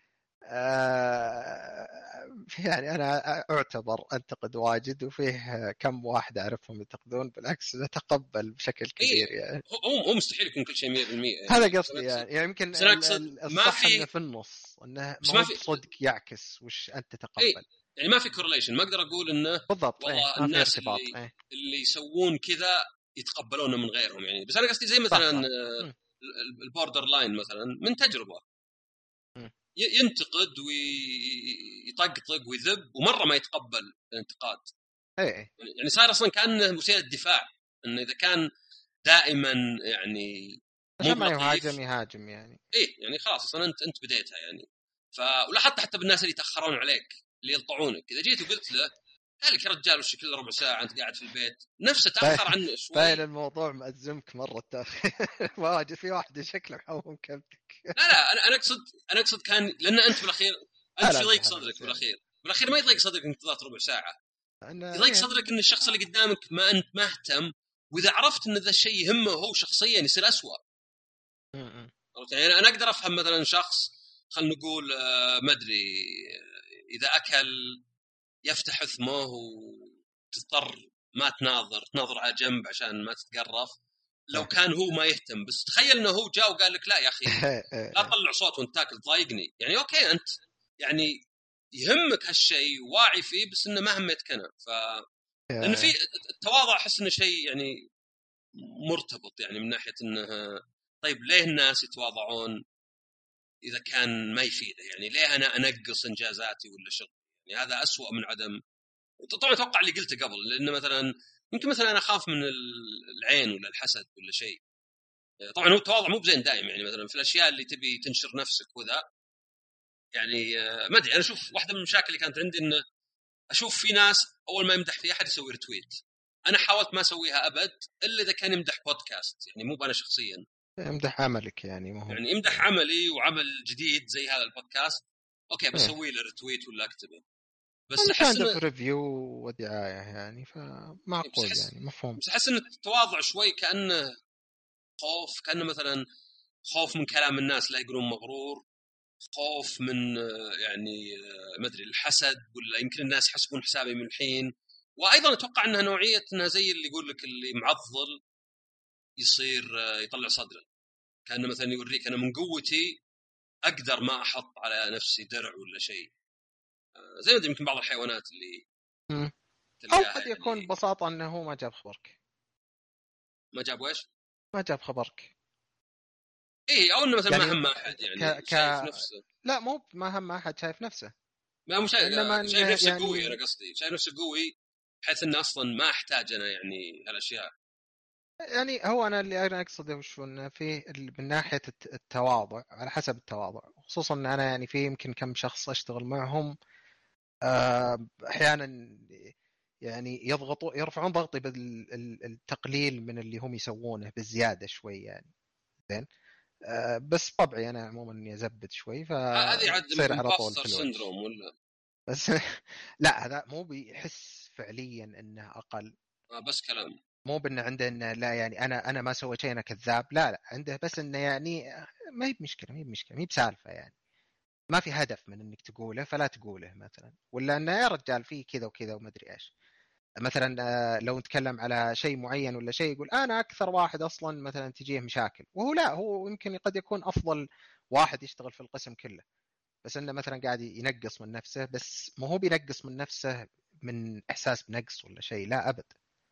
يعني انا اعتبر انتقد واجد وفيه كم واحد اعرفهم ينتقدون بالعكس نتقبل بشكل اي كبير يعني. هو مستحيل يكون كل شيء 100% يعني. هذا قصدي يعني يمكن بس انا اقصد ما الصح انه في في النص انه بس ما ما هو في بصدق يعكس وش انت اي تتقبل. يعني ما في كورليشن. ما اقدر اقول انه بالضبط ايه والله ما في الناس ارتباط ايه. اللي يسوون كذا يتقبلونه من غيرهم يعني. بس انا قصدي زي صح مثلا صح. البوردر لاين مثلا من تجربه م. ينتقد ويطقطق ويذب ومره ما يتقبل الانتقاد. ايه يعني صار اصلا كانه وسيله دفاع انه اذا كان دائما يعني مو عشان ما بلطيف يهاجم يعني. ايه يعني خلاص اصلا انت بديتها يعني. ولاحظت حتى بالناس اللي يتاخرون عليك اللي يلطعونك اذا جيت وقلت له قال لك يا رجال وش كل ربع ساعه انت قاعد في البيت نفسه تاخر عنه باين شوي. الموضوع مأزمك مرة التأخير. واجد في واحد شكله محوم كبتك. لا انا اقصد كان لان انت بالاخير انت لا في ضيق امزح انا بس صدرك يعني بالاخير ما يضيق صدرك انك انتظرت ربع ساعه. انا يضيق إيه. صدرك ان الشخص اللي قدامك ما انت مهتم. واذا عرفت ان ذا الشيء يهمه هو شخصيا يصير أسوأ. يعني انا اقدر افهم مثلا شخص خلينا نقول ما ادري اذا اكل يفتح ثمه وتضطر ما تناظر على جنب عشان ما تتقرف. لو كان هو ما يهتم بس تخيل انه هو جاء وقال لك لا يا اخي لا تطلع صوت وانت تاكل ضايقني يعني. اوكي انت يعني يهمك هالشيء واعي فيه بس انه ما هميتك انا. لان في التواضع احس انه شيء يعني مرتبط يعني من ناحيه انه طيب ليه الناس يتواضعون اذا كان ما يفيده يعني. ليه انا انقص انجازاتي ولا شغل يعني هذا أسوأ من عدم. طبعا اتوقع اللي قلته قبل لانه مثلا يمكن مثلا انا اخاف من العين ولا الحسد ولا شيء. طبعا هو التواضع مو بزين دائم يعني مثلا في الاشياء اللي تبي تنشر نفسك وذا يعني ما ادري. انا اشوف واحده من المشاكل اللي كانت عندي انه اشوف في ناس اول ما يمدح في احد يسوي ريتويت. انا حاولت ما اسويها ابد الا اذا كان يمدح بودكاست يعني مو انا شخصيا امدح عملك يعني مو هو يعني يمدح عملي وعمل جديد زي هذا البودكاست اوكي إيه. بسوي له ريتويت ولا اكتبه. بس احس كان انه ريفيو ودعايه يعني، فمعقول يعني مفهوم. بس احس انه التواضع شوي كانه خوف، كانه مثلا خوف من كلام الناس لا يقولون مغرور، خوف من يعني ما ادري الحسد، ولا يمكن الناس يحسبون حسابي من الحين. وايضا اتوقع انها نوعيه انها زي اللي يقول لك اللي معضل يصير يطلع صدره، كانه مثلا يوريك انا من قوتي اقدر ما احط على نفسي درع ولا شيء، زي ما يمكن بعض الحيوانات اللي او تلقاها قد يكون يعني. ببساطه انه هو ما جاب خبرك. ما جاب ايش؟ ما جاب خبرك ايه، او انه مثلا ما يعني هم احد يعني ك ك شايف نفسه. لا مو ما هم احد شايف نفسه، ما مش وانما شايف انه نفسه قوي، يعني انا قصدي شايف نفسه قوي بحيث انه اصلا ما احتاج انا يعني هالاشياء. يعني هو انا اللي انا اقصده وشو انه في من ناحيه التواضع، على حسب التواضع، خصوصا ان انا يعني في يمكن كم شخص اشتغل معهم احيانا يعني يرفعون ضغطي بالتقليل من اللي هم يسوونه بزياده شوي يعني. زين بس طبعي انا عموما اني ازبد شوي هذه عاد فتصير على طول امباستر في الوجه. سندروم ولا؟ بس لا هذا مو بيحس فعليا انه اقل، بس كلام. مو بانه عنده انه لا يعني انا ما سويت شيء انا كذاب، لا لا عنده بس انه يعني ما هي بمشكله، ما هي بمشكله، ما هي بسالفه يعني، ما في هدف من انك تقوله فلا تقوله مثلا، ولا انه يا رجال فيه كذا وكذا وما ادري ايش. مثلا لو نتكلم على شيء معين ولا شيء، يقول انا اكثر واحد اصلا مثلا تجيه مشاكل، وهو لا هو يمكن قد يكون افضل واحد يشتغل في القسم كله، بس انه مثلا قاعد ينقص من نفسه، بس ما هو بينقص من نفسه من احساس بنقص ولا شيء، لا ابد.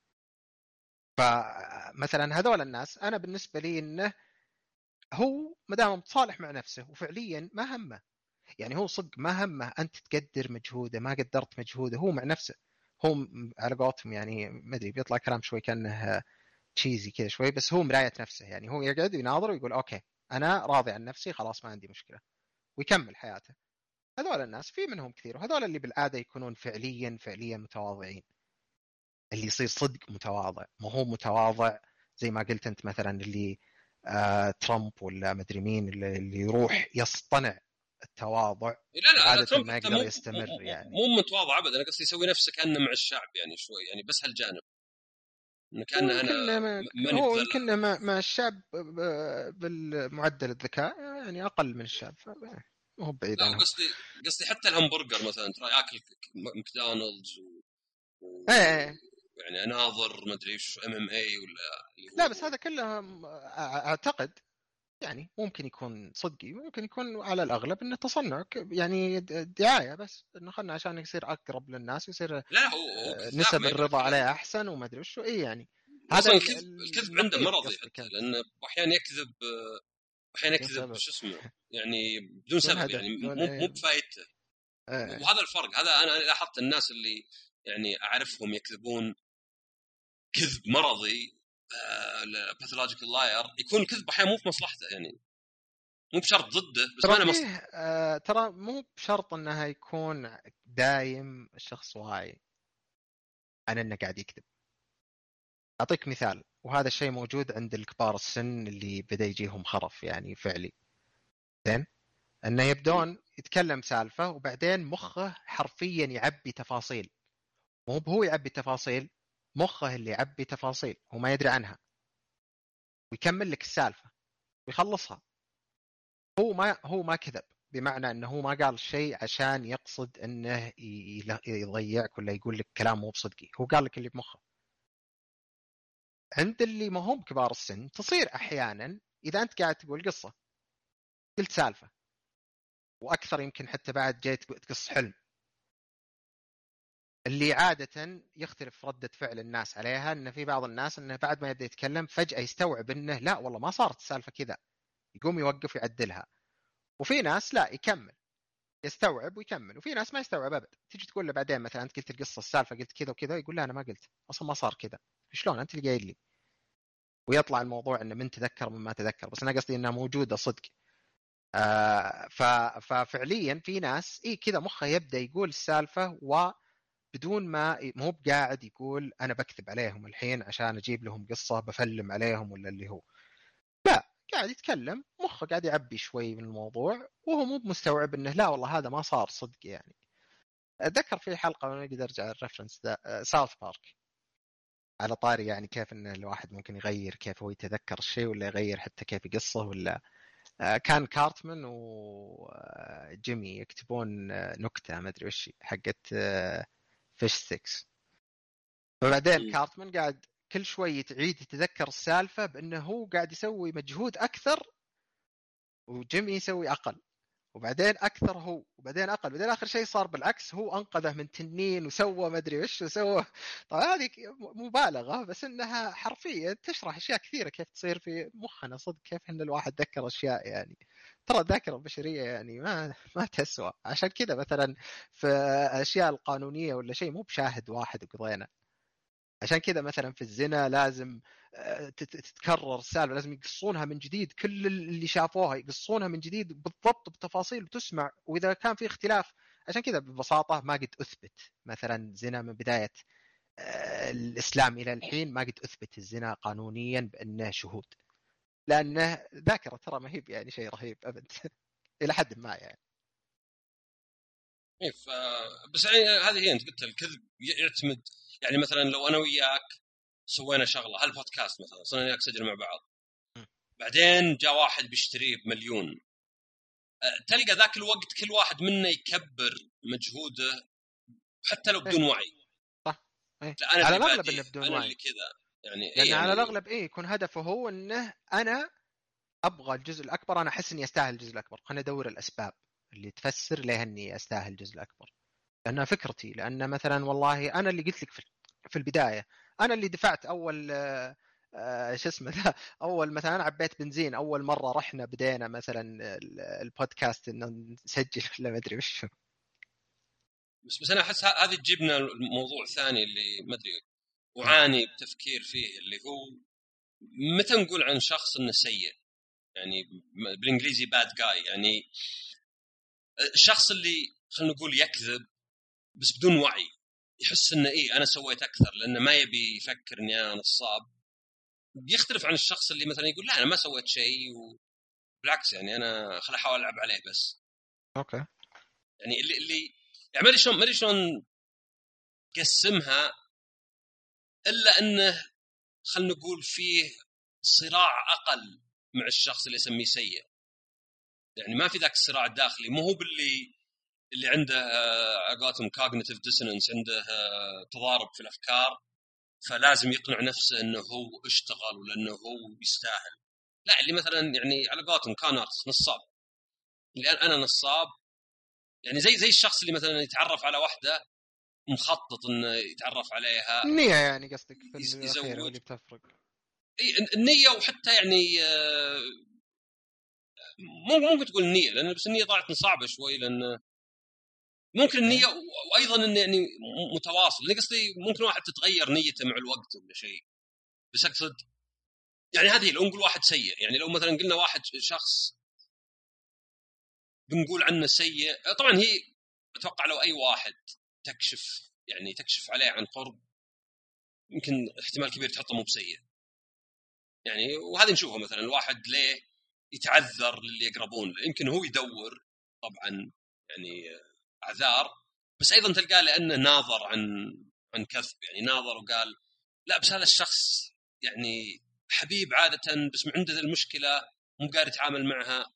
فمثلا هذول الناس انا بالنسبه لي انه هو ما دام متصالح مع نفسه وفعليا ما همه، يعني هو صدق ما همه انت تقدر مجهوده ما قدرت مجهوده، هو مع نفسه. هو على قولتهم يعني ما ادري بيطلع كلام شوي كانه تشيزي كذا شوي، بس هو مرايه نفسه، يعني هو يقعد يناظر ويقول اوكي انا راضي عن نفسي خلاص ما عندي مشكله، ويكمل حياته. هذول الناس في منهم كثير، وهذول اللي بالعاده يكونون فعليا متواضعين، اللي يصير صدق متواضع، ما هو متواضع زي ما قلت انت مثلا اللي ترامب ولا مدري مين اللي يروح يصطنع التواضع، لا وعاده ترامب ما حتى يقدر يستمر يعني. مو متواضع ابدا، انا قصدي يسوي نفسه كانه مع الشعب يعني شوي يعني، بس هالجانب انه هو كانه انا يمكن ماني هو بذل. يمكن مع الشعب بالمعدل الذكاء يعني اقل من الشعب، ما هو بعيد لا عنهم. قصدي حتى الهمبرجر مثلا ترى ياكل ماكدونالدز ايه يعني اناظر ما ادري ايش ام اي ولا اللي لا بس هو. هذا كله اعتقد يعني ممكن يكون صدقي، ممكن يكون على الأغلب إنه تصنع يعني دعاية، بس إنه خلنا عشان يصير أقرب للناس ويصير لا هو كذاب نسب ما يقبل الرضا الكلام عليه ذا. أحسن وما أدري وشو إيه يعني. هذا اصلا الكذب عنده النقيض مرضي قصدي حتى، كنت لانه احيانا يكذب، احيانا بدون يكذب سبب، شو اسمه يعني بدون بدون سبب، هدف، يعني بدون مو إيه بفايدته. إيه. وهذا الفرق، هذا انا لاحظت الناس اللي يعني اعرفهم يكذبون كذب مرضي، باثولوجيكال لاير، يكون الكذب احيانا مو في مصلحته يعني، مو بشرط ضده بس ما ترى له فيه مصلحه. ترى مو بشرط إنها يكون دايم الشخص واعي عن إنه قاعد يكذب. أعطيك مثال، وهذا الشيء موجود عند الكبار السن اللي بدأ يجيهم خرف يعني فعلي. زين انه يبدون يتكلم سالفه وبعدين مخه حرفيا يعبي تفاصيل، مو هو يعبي تفاصيل، مخه اللي يعبي تفاصيل هو ما يدري عنها، ويكمل لك السالفه ويخلصها. هو ما كذب، بمعنى انه هو ما قال شيء عشان يقصد انه يضيعك ولا يقول لك كلام مو بصدقي، هو قال لك اللي بمخه. عند اللي ما هم كبار السن تصير احيانا اذا انت قاعد تقول قصه، قلت سالفه واكثر يمكن حتى بعد جيت تقص حلم، اللي عادة يختلف ردة فعل الناس عليها، ان في بعض الناس انه بعد ما يبدا يتكلم فجأة يستوعب انه لا والله ما صارت السالفة كذا، يقوم يوقف يعدلها. وفي ناس لا يكمل يستوعب ويكمل، وفي ناس ما يستوعب ابد، تيجي تقول له بعدين مثلا انت قلت القصة السالفة قلت كذا وكذا، يقول لا انا ما قلت اصلا ما صار كذا. شلون انت اللي قايل لي؟ ويطلع الموضوع انه من تذكر من ما تذكر، بس انا قصدي انها موجودة صدق. ففعليا في ناس كذا مخه يبدا يقول السالفة بدون ما مو بقاعد يقول انا بكذب عليهم الحين عشان اجيب لهم قصه بفلم عليهم ولا اللي هو، لا قاعد يتكلم مخه قاعد يعبي شوي من الموضوع، وهو مو مستوعب انه لا والله هذا ما صار صدق يعني. اتذكر في حلقه وانا اقدر ارجع الريفرنس ذا ساوث بارك، على طاري يعني كيف ان الواحد ممكن يغير كيف هو يتذكر الشيء ولا يغير حتى كيف يقصه ولا كان كارتمان وجيمي يكتبون نكته ما ادري وش حقت فيش 6، فبعدين كارتمان قاعد كل شوي تعيد يتذكر السالفه بانه هو قاعد يسوي مجهود اكثر وجيمي يسوي اقل، وبعدين اكثر هو وبعدين اقل، بعدين اخر شيء صار بالعكس، هو انقذه من تنين وسوى ما ادري وش وسوى. طبعا هذه مبالغه بس انها حرفيا تشرح اشياء كثيره كيف تصير في مخنا صدق، كيف ان الواحد ذكر اشياء يعني ترى الذاكره البشريه يعني ما تسوى. عشان كذا مثلا في الاشياء القانونيه ولا شيء مو بشاهد واحد وقضينا، عشان كذا مثلا في الزنا لازم تتكرر السالفه، لازم يقصونها من جديد، كل اللي شافوها يقصونها من جديد بالضبط بتفاصيل وتسمع، واذا كان في اختلاف. عشان كذا ببساطه ما قد اثبت مثلا زنا من بدايه الاسلام الى الحين، ما قد اثبت الزنا قانونيا بانه شهود، لانه ذاكره ترى ما هي يعني شيء رهيب ابد الى حد ما يعني. إيه بس يعني هذه هي انت قلت الكذب يعتمد، يعني مثلا لو انا وياك سوينا شغله هالبودكاست مثلا صرنا وياك سجل مع بعض، بعدين جاء واحد بيشتريه ب1,000,000، تلقى ذاك الوقت كل واحد منا يكبر مجهوده حتى لو بدون وعي. صح. إيه. لا انا على اللي الاغلب بادي، انه بدون انا وعي، اللي كذا يعني. لان يعني على الاغلب يكون هدفه هو انه انا ابغى الجزء الاكبر، انا احس اني استاهل الجزء الاكبر، خليني ادور الاسباب اللي تفسر ليه اني استاهل الجزء الاكبر، لانها فكرتي، لان مثلا والله انا اللي قلت لك في البدايه، انا اللي دفعت اول شو اسمه ذا، اول مثلا انا عبيت بنزين اول مره رحنا بدينا مثلا البودكاست ان نسجل ولا ما ادري وش. بس انا احس هذه تجيبنا الموضوع ثاني اللي ما ادري وعاني بتفكير فيه، اللي هو متى نقول عن شخص انه سيء، يعني بالانجليزي باد جاي، يعني الشخص اللي خلينا نقول يكذب بس بدون وعي، يحس انه ايه انا سويت اكثر لانه ما يبي يفكر اني انا نصاب، بيختلف عن الشخص اللي مثلا يقول لا انا ما سويت شيء وبالعكس يعني انا خل احاول العب عليه بس. اوكي. يعني اللي يعني ما ادري شلون قسمها، الا انه خلينا نقول فيه صراع اقل مع الشخص اللي يسميه سيء، يعني ما في ذاك الصراع الداخلي، مو هو اللي عنده عقاتهم cognitive dissonance، عنده تضارب في الافكار، فلازم يقنع نفسه انه هو اشتغل ولانه هو يستاهل. لا اللي مثلا يعني على قولتهم كانرز نصاب، اللي انا نصاب، يعني زي الشخص اللي مثلا يتعرف على واحده مخطط انه يتعرف عليها، النية يعني قصدك في الاخير هو يزوج. اللي بتفرق. اي النيه، وحتى يعني ممكن تقول النيه، لان بس النيه طلعت صعبه شوي، لان ممكن النيه وايضا انه يعني متواصل، اللي قصدي ممكن واحد تتغير نيته مع الوقت ولا شيء، بس اقصد يعني هذه لو نقول واحد سيء، يعني لو مثلا قلنا واحد شخص بنقول عنه سيء، طبعا هي اتوقع لو اي واحد تكشف عليه عن قرب يمكن احتمال كبير تحطه مو بسيء يعني. وهذا نشوفه مثلا الواحد ليه يتعذر للي يقربون، يمكن هو يدور طبعا يعني اعذار، بس ايضا تلقاه لانه ناظر عن كذب، يعني ناظر وقال لا بس هذا الشخص يعني حبيب عاده بس عنده المشكله مو قادر يتعامل معها.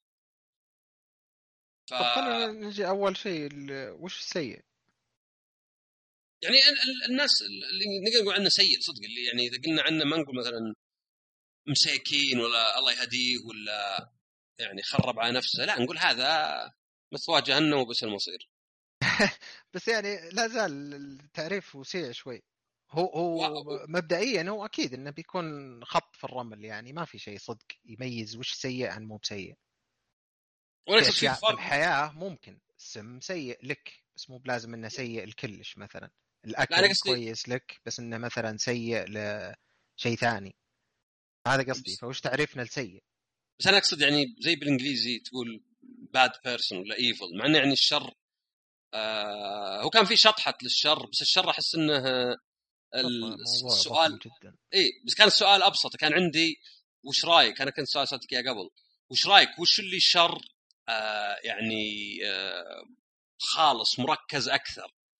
ف طب خلينا نجي اول شيء وش السيء؟ يعني الناس اللي نقدر نقول عنه سيء صدق، اللي يعني اذا قلنا عنه ما نقول مثلا مساكين ولا الله يهديه ولا يعني خرب على نفسه، لا نقول هذا مثوى جهنم وبس المصير. بس يعني لا زال التعريف وسيع شوي. هو مبدئيا هو اكيد انه بيكون خط في الرمل، يعني ما في شيء صدق يميز وش سيء عن مو بسيء. في ونقصد في اشياء في فرق. الحياه ممكن السم سيء لك بس مو بلازم انه سيء الكلش، مثلا لا انا الاكل قصدي كويس لك بس انه مثلا سيء لشيء ثاني، هذا قصدي. فوش تعريفنا السيء؟ بس انا اقصد يعني زي بالانجليزي تقول bad person ولا evil، مع انه يعني الشر هو كان في شطحة للشر، بس الشر احس انه موضوع ضخم السؤال جدا. اي بس كان السؤال ابسط، كان عندي وش رايك، انا كنت سالتك اياه قبل، وش رايك وش اللي شر يعني خالص مركز اكثر،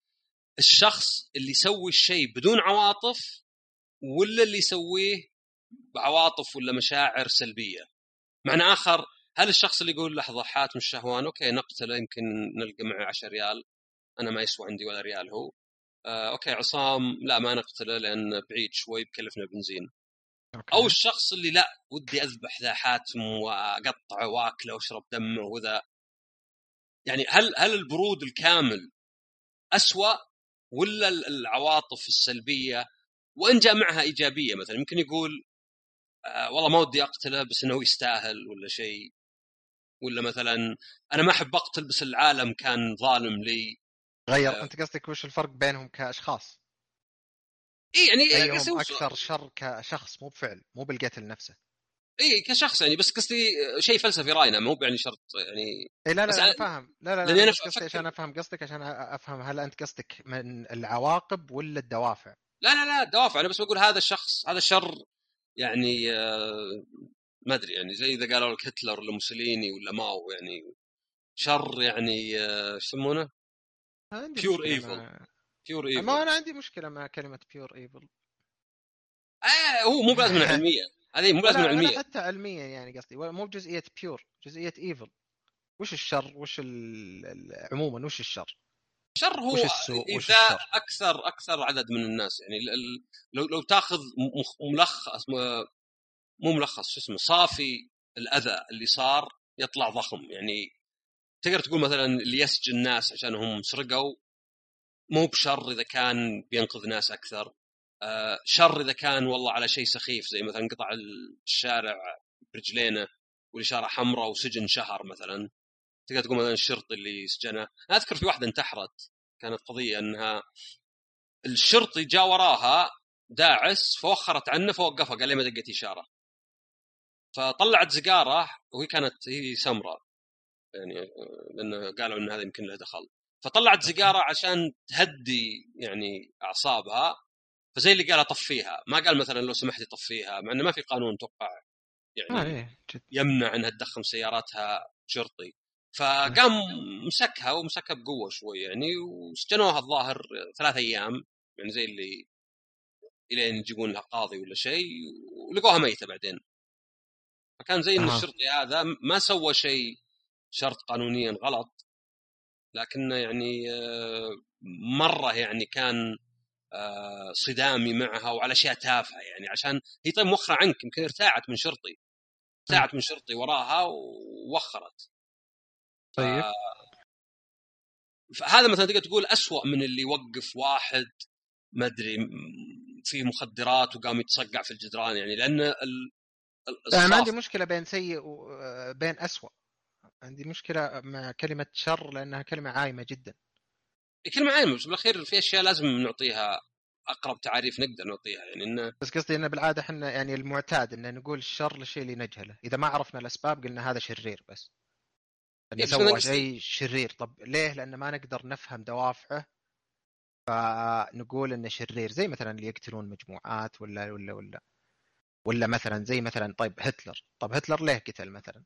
الشخص اللي يسوي الشيء بدون عواطف ولا اللي يسويه بعواطف ولا مشاعر سلبية. معنى آخر، هل الشخص اللي يقول لحظة حاتم الشهوان أوكي نقتله يمكن نلقى معه 10 ريال، أنا ما يسوى عندي ولا ريال هو، أوكي عصام لا ما نقتله لأن بعيد شوي بكلفنا بنزين. أوكي. أو الشخص اللي لا ودي أذبح ذا حاتم وأقطعه وأكله وأشرب دمه وذا. يعني هل البرود الكامل أسوأ ولا العواطف السلبية وإن جاء معها إيجابية؟ مثلا ممكن يقول والله ما ودي أقتله بس إنه يستاهل ولا شيء، ولا مثلا أنا ما أحب أقتل بس العالم كان ظالم لي. غير أنت قصدك وش الفرق بينهم كأشخاص؟ إيه يعني أيهم أكثر شر كشخص مو بفعل مو بالقتل نفسه. إيه كشخص يعني، بس قصدي شيء فلسفي راينا مو يعني شرط يعني. إيه لا بس أنا فاهم. لا لأني أنا أنا بس قصدي عشان أفكر أفهم قصدك، عشان أفهم هل أنت قصدك من العواقب ولا الدوافع؟ لا دوافع. أنا بس بقول هذا الشخص هذا شر يعني ما أدري يعني زي إذا قالوا لك هتلر ولا موسوليني ولا ماو، يعني شر يعني يسمونه ما عندي pure مشكلة evil. مع pure ما evil. أنا عندي مشكلة مع كلمة pure evil. هو مو بلازم علمية، هذه مو بلازم ولا علمية. حتى علميا يعني قصدي، مو بجزئية بيور، جزئية ايفل. وش الشر؟ وش عموما وش الشر؟ شر وش هو السوء؟ وش إذا الشر؟ أكثر عدد من الناس يعني لو تاخذ ملخص مو ملخص شو اسمه صافي الأذى اللي صار يطلع ضخم. يعني تقدر تقول مثلا اللي يسجن الناس عشان هم سرقوا مو بشر إذا كان بينقذ ناس أكثر. شر إذا كان والله على شيء سخيف زي مثلا قطع الشارع برجلينه والإشارة حمراء وسجن شهر مثلا. تقدر تقول مثلا الشرطي اللي سجنه. أذكر في واحدة انتحرت، كانت قضية أنها الشرطي جاء وراها داعس فوخرت عنه فوقفها قال لي ما دقت إشارة، فطلعت زقارة وهي كانت هي سمراء يعني لأنه قالوا أن هذا يمكن له دخل، فطلعت زقارة عشان تهدي يعني أعصابها. فزي اللي قال طفيها، ما قال مثلا لو سمحتي طفيها، مع انه ما في قانون توقع يعني ايه جد. يمنع انها تدخن سياراتها شرطي. فقام مسكها ومسكها بقوه شوي يعني، وسجنوها الظاهر 3 أيام يعني زي اللي الين يجيبون لها قاضي ولا شيء، ولقوها ميته بعدين. فكان زي ان الشرطي هذا ما سوى شيء شرط قانونيا غلط، لكنه يعني مره يعني كان صدامي معها وعلى اشياء تافهه يعني، عشان هي طيب موخره عنك، يمكن ارتاعت من شرطي وراها ووخرت. طيب فهذا مثلا تقدر تقول أسوأ من اللي يوقف واحد ما ادري في مخدرات وقام يتصقع في الجدران يعني، لان انا ما عندي الصاف مشكلة بين سيء وبين أسوأ. عندي مشكلة مع كلمة شر لأنها كلمة عايمة جدا. كلمة عامة، بس بالاخير في اشياء لازم نعطيها اقرب تعريف نقدر نعطيها يعني انه بس قصدي انه بالعادة احنا يعني المعتاد ان نقول الشر للشيء اللي نجهله، اذا ما عرفنا الاسباب قلنا هذا شرير بس انه بس انا سوى قصدي شيء شرير. طب ليه؟ لأن ما نقدر نفهم دوافعه فنقول انه شرير. زي مثلا اللي يقتلون مجموعات ولا مثلا زي مثلا طيب هتلر. طب هتلر ليه قتل مثلا؟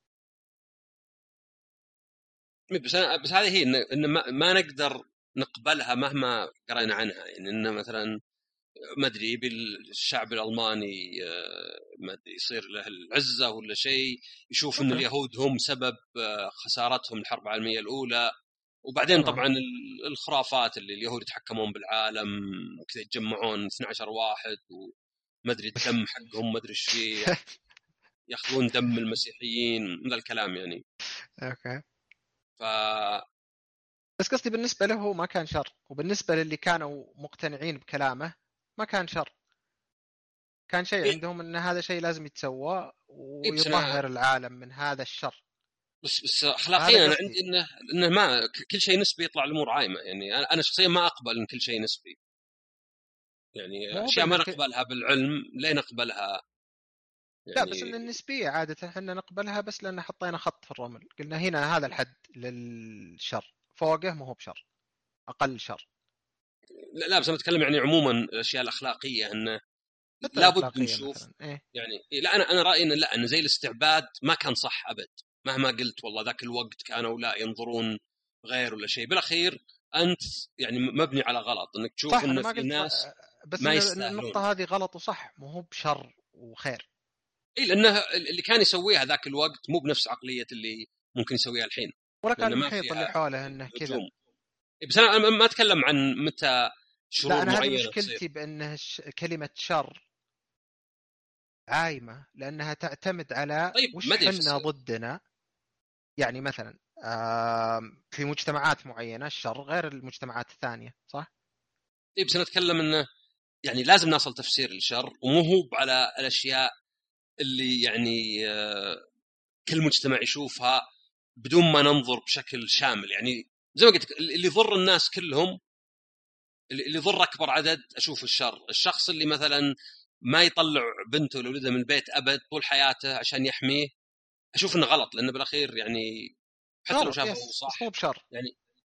بس هذه هي إن ما نقدر نقبلها مهما قرأنا عنها يعني، انه مثلا ما ادري بالشعب الالماني ما ادري يصير له العزه ولا شيء، يشوف ان اوكي اليهود هم سبب خسارتهم الحرب العالميه الاولى. وبعدين تمام. طبعا الخرافات اللي اليهود يتحكمون بالعالم وكذا يتجمعون 12 واحد وما ادري الدم حقهم ما ادري ايش فيه، ياخذون دم المسيحيين من الكلام يعني. اوكي ف بس قصدي بالنسبة له هو ما كان شر، وبالنسبة للي كانوا مقتنعين بكلامه ما كان شر. كان شيء إيه عندهم ان هذا شيء لازم يتسوى بس انا ويطهر العالم من هذا الشر. بس هذا اخلاقيا انا عندي قصدي. انه ما كل شيء نسبي يطلع الامور عايمه يعني. انا شخصيا ما اقبل ان كل شيء نسبي يعني، مو اشياء ما بان نقبلها بالعلم ليه نقبلها لا بس يعني. ان النسبيه عاده احنا نقبلها بس لان حطينا خط في الرمل، قلنا هنا هذا الحد للشر، فوقه ما هو بشر، اقل شر. لا بس انا اتكلم يعني عموما الاشياء الاخلاقيه انه حتى لابد الاخلاقيه نشوف مثلا ايه. يعني. لا انا رايي انه لا، انه زي الاستعباد ما كان صح ابد، مهما قلت والله ذاك الوقت كانوا لا ينظرون غير ولا شيء. بالاخير انت يعني مبني على غلط انك تشوف صح، ان انا ما في قلت ناس بس ما إن يستاهلون. النقطة هذه غلط وصح، مو هو بشر وخير. اي لانه اللي كان يسويها ذاك الوقت مو بنفس عقليه اللي ممكن يسويها الحين، ولا كان لانه ما المحيط اللي فيها حوله انه كذا. هجوم. بس انا ما اتكلم عن متى لا، شرور انا هذه معينه تصير. مشكلتي بانه كلمة شر عايمة، لانها تعتمد على طيب ما وش ادري حنا ضدنا. يعني مثلا في مجتمعات معينة الشر غير المجتمعات الثانية، صح؟ طيب بس انا اتكلم انه يعني لازم نصل تفسير للشر، ومو هو على الاشياء اللي يعني كل مجتمع يشوفها بدون ما ننظر بشكل شامل. يعني زي ما قلت اللي يضر الناس كلهم، اللي يضر اكبر عدد اشوف الشر. الشخص اللي مثلا ما يطلع بنته ولا ولده من البيت ابد طول حياته عشان يحميه، اشوف انه غلط، لانه بالاخير يعني حتى لو غلط، شافه هو يس، بس مو صح بشر. يعني.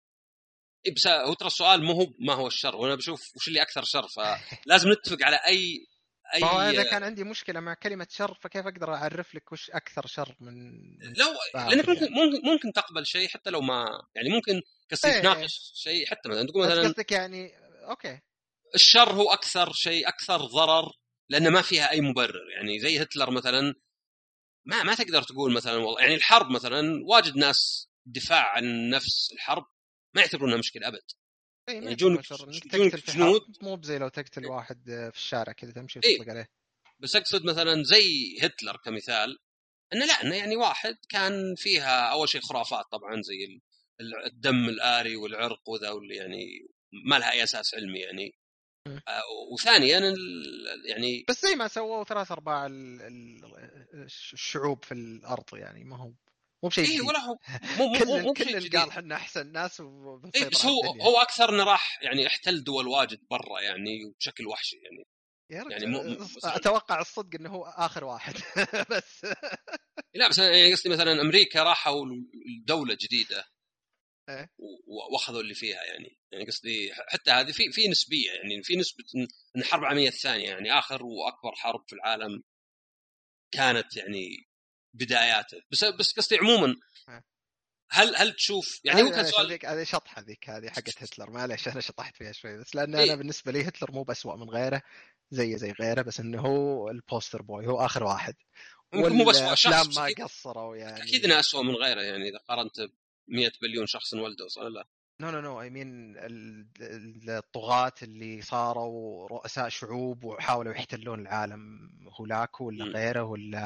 بس هو ترى السؤال مو هو ما هو الشر، وانا بشوف وش اللي اكثر شر، فلازم نتفق على اي ما هو اي اذا كان عندي مشكلة مع كلمة شر، فكيف اقدر اعرف لك وش اكثر شر من لو لانك باقي ممكن يعني؟ ممكن تقبل شيء حتى لو ما يعني ممكن قصدي ايه، تناقش شيء، حتى مثلا تقول انت مثلا قصدك يعني اوكي. الشر هو اكثر شيء اكثر ضرر لانه ما فيها اي مبرر. يعني زي هتلر مثلا، ما تقدر تقول مثلا والله يعني الحرب مثلا واجد ناس دفاع عن نفس الحرب ما يعتبرونها مشكله ابد. اي، ما يعني يعتبرون جونك شر انك جونك تقتل في جنود. حرب، مو بزي لو تقتل واحد في الشارع كذا تمشي اي وتطلق عليه. بس اقصد مثلا زي هتلر كمثال، انه لا انه يعني واحد كان فيها اول شيء خرافات طبعا زي الدم الآري والعرق وذا واللي يعني ما لها اي اساس علمي يعني. م. وثانيا يعني بس زي ما سووا 3/4 الشعوب في الارض، يعني ما هو مو بشيء ايه جديد. ولا هو مو بشيء كل جديد. قال حنا احسن ناس ايه وبنسيطر بس على هو الدنيا. هو اكثر انه راح يعني احتل دول واجد برا يعني وبشكل وحشي يعني. يا يعني رجل، مثلا اتوقع الصدق انه هو اخر واحد. بس لا بس يعني قصدي مثلا امريكا راحوا لدوله جديده إيه. واخذوا اللي فيها يعني قصدي حتى هذه في نسبيه، يعني في نسبه ان الحرب العالميه الثانيه يعني اخر واكبر حرب في العالم كانت يعني بداياته. بس قصدي عموما إيه. هل تشوف يعني هو هذه كان معليش، سؤال. هذه شطحه، هذه حقت هتلر، معليش انا شطحت فيها شوي، بس لان انا ايه بالنسبه لي هتلر مو بأسوأ من غيره، زي غيره، بس انه هو البوستر بوي، هو اخر واحد. ممكن مو بس شخص، والافلام بس ما اكيد قصروا اكيد انه يعني. اسوء من غيره يعني اذا قارنت ب 100 بليون شخص انولدوا صح لا. نو اي مين الطغاة اللي صاروا رؤساء شعوب وحاولوا يحتلون العالم، هولاكو ولا غيره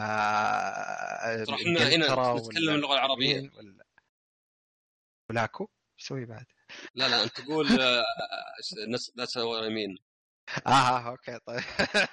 ولا ترى احنا هنا انجلترا نتكلم ولا اللغه مدري العربيه. مين ولا هولاكو. ايش يسوي بعد؟ لا انت تقول ذاتس وات اي مين. اوكي طيب.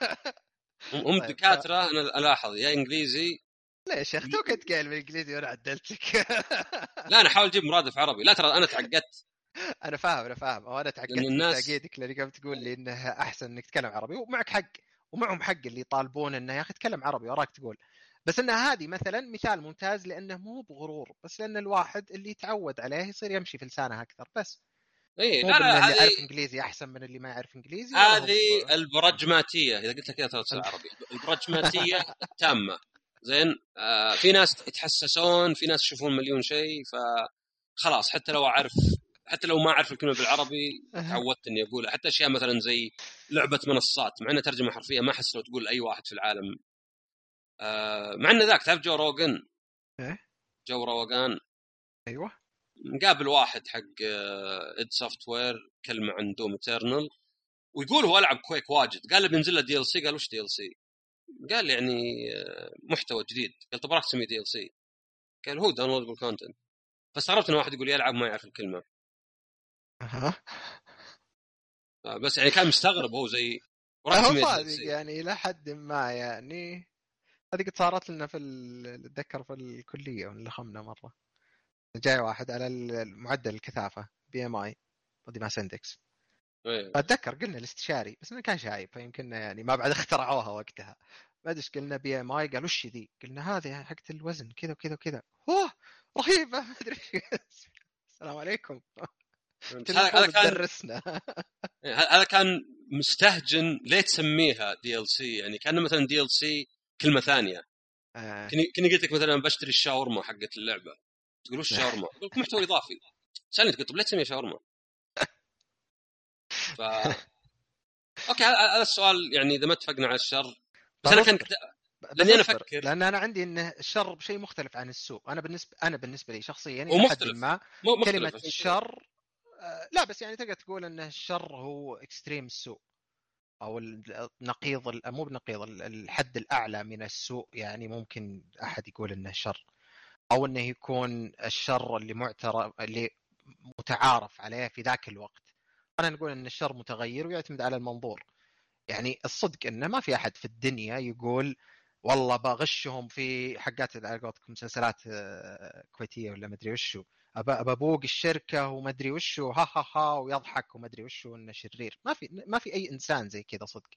هم طيب دكاتره انا الاحظ يا انجليزي. ليش يا اخي تو كنت قايل بالانجليزي وانا عدلت لك. لا انا احاول اجيب مرادف عربي، لا ترى انا تعقدت انا فاهم وانا لان تعقدت من الناس تاكيدك، لاني قمت تقول لي انه احسن انك تتكلم عربي، ومعك حق، ومعهم حق اللي يطالبون انه يا اخي تكلم عربي وراك تقول. بس ان هذه مثلا مثال ممتاز، لانه مو بغرور، بس لان الواحد اللي يتعود عليه يصير يمشي في لسانه اكثر بس. اي مو لا بان لا اللي هذه يعرف انجليزي احسن من اللي ما يعرف انجليزي، ولا هو هذه البراجماتيه، اذا قلت لك كذا ترى تصير عربي. البراجماتيه التامه. زين في ناس يتحسسون، في ناس يشوفون مليون شيء، فخلاص حتى لو اعرف، حتى لو ما اعرف الكلمه بالعربي تعودت اني اقولها. حتى اشياء مثلا زي لعبه منصات مع انها ترجمه حرفيه ما احس لو تقول لاي واحد في العالم. مع ان ذاك تعرف جو روجن، ايه. جو روجان ايوه. مقابل واحد حق اد سوفت وير كلمه عن دوم ايترنال، ويقول هو العب كويك واجد. قال له بينزل له دي ال سي. قال وش دي ال سي؟ قال يعني محتوى جديد. قال طب راح تسميه دي ال سي؟ قال هو داونلودبل كونتنت. فاستغربت ان واحد يقول يلعب ما يعرف الكلمه. اها. بس يعني كان مستغرب هو زي وراح هو تسميه دي ال صادق سي. يعني الى حد ما يعني. هذه قد صارت لنا في اتذكر في الكليه ونلخمنا مره. جاي واحد على المعدل الكثافه BMI بودي ماس اندكس. ايه اتذكر قلنا الاستشاري، بس انه كان شايب، فيمكن يعني ما بعد اخترعوها وقتها. ما ادري ايش قلنا BMI، قال وش ذي؟ قلنا هذه حقت الوزن كذا وكذا وكذا. اوه رهيبه، ما ادري. السلام عليكم. انت بس هذا المفروض كان تدرسنا. هذا كان مستهجن ليه تسميها دي ال سي؟ يعني كان مثلا دي ال سي كلمه ثانيه. كني قلت لك مثلا بشتري الشاورما حقت اللعبه، تقول وش الشاورما؟ قلت محتوى اضافي. سالني قلت طب ليه تسميها شاورما؟ ف اوكي هذا السؤال يعني اذا ما اتفقنا على الشر بس انا كنت لاني انا افكر لان انا عندي ان الشر شيء مختلف عن السوء. انا بالنسبه لي شخصيا هو الى حد مختلف ما كلمه مختلف عشان كذا. شر لا بس يعني تقدر تقول ان الشر هو اكستريم السوء او النقيض مو بنقيض الحد الاعلى من السوء. يعني ممكن احد يقول انه شر او انه يكون الشر اللي متعارف عليه في ذاك الوقت. انا نقول ان الشر متغير ويعتمد على المنظور. يعني الصدق انه ما في احد في الدنيا يقول والله بغشهم في حقات على قولتكم مسلسلات كويتيه ولا مدري وشو، ابوق الشركه ومدري وشو ها ها ها ويضحك ومدري وشو انه شرير. ما في اي انسان زي كذا صدق.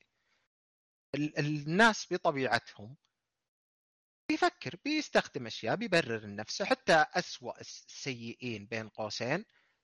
الناس بطبيعتهم بيفكر، بيستخدم اشياء، بيبرر لنفسه. حتى اسوأ السيئين بين قوسين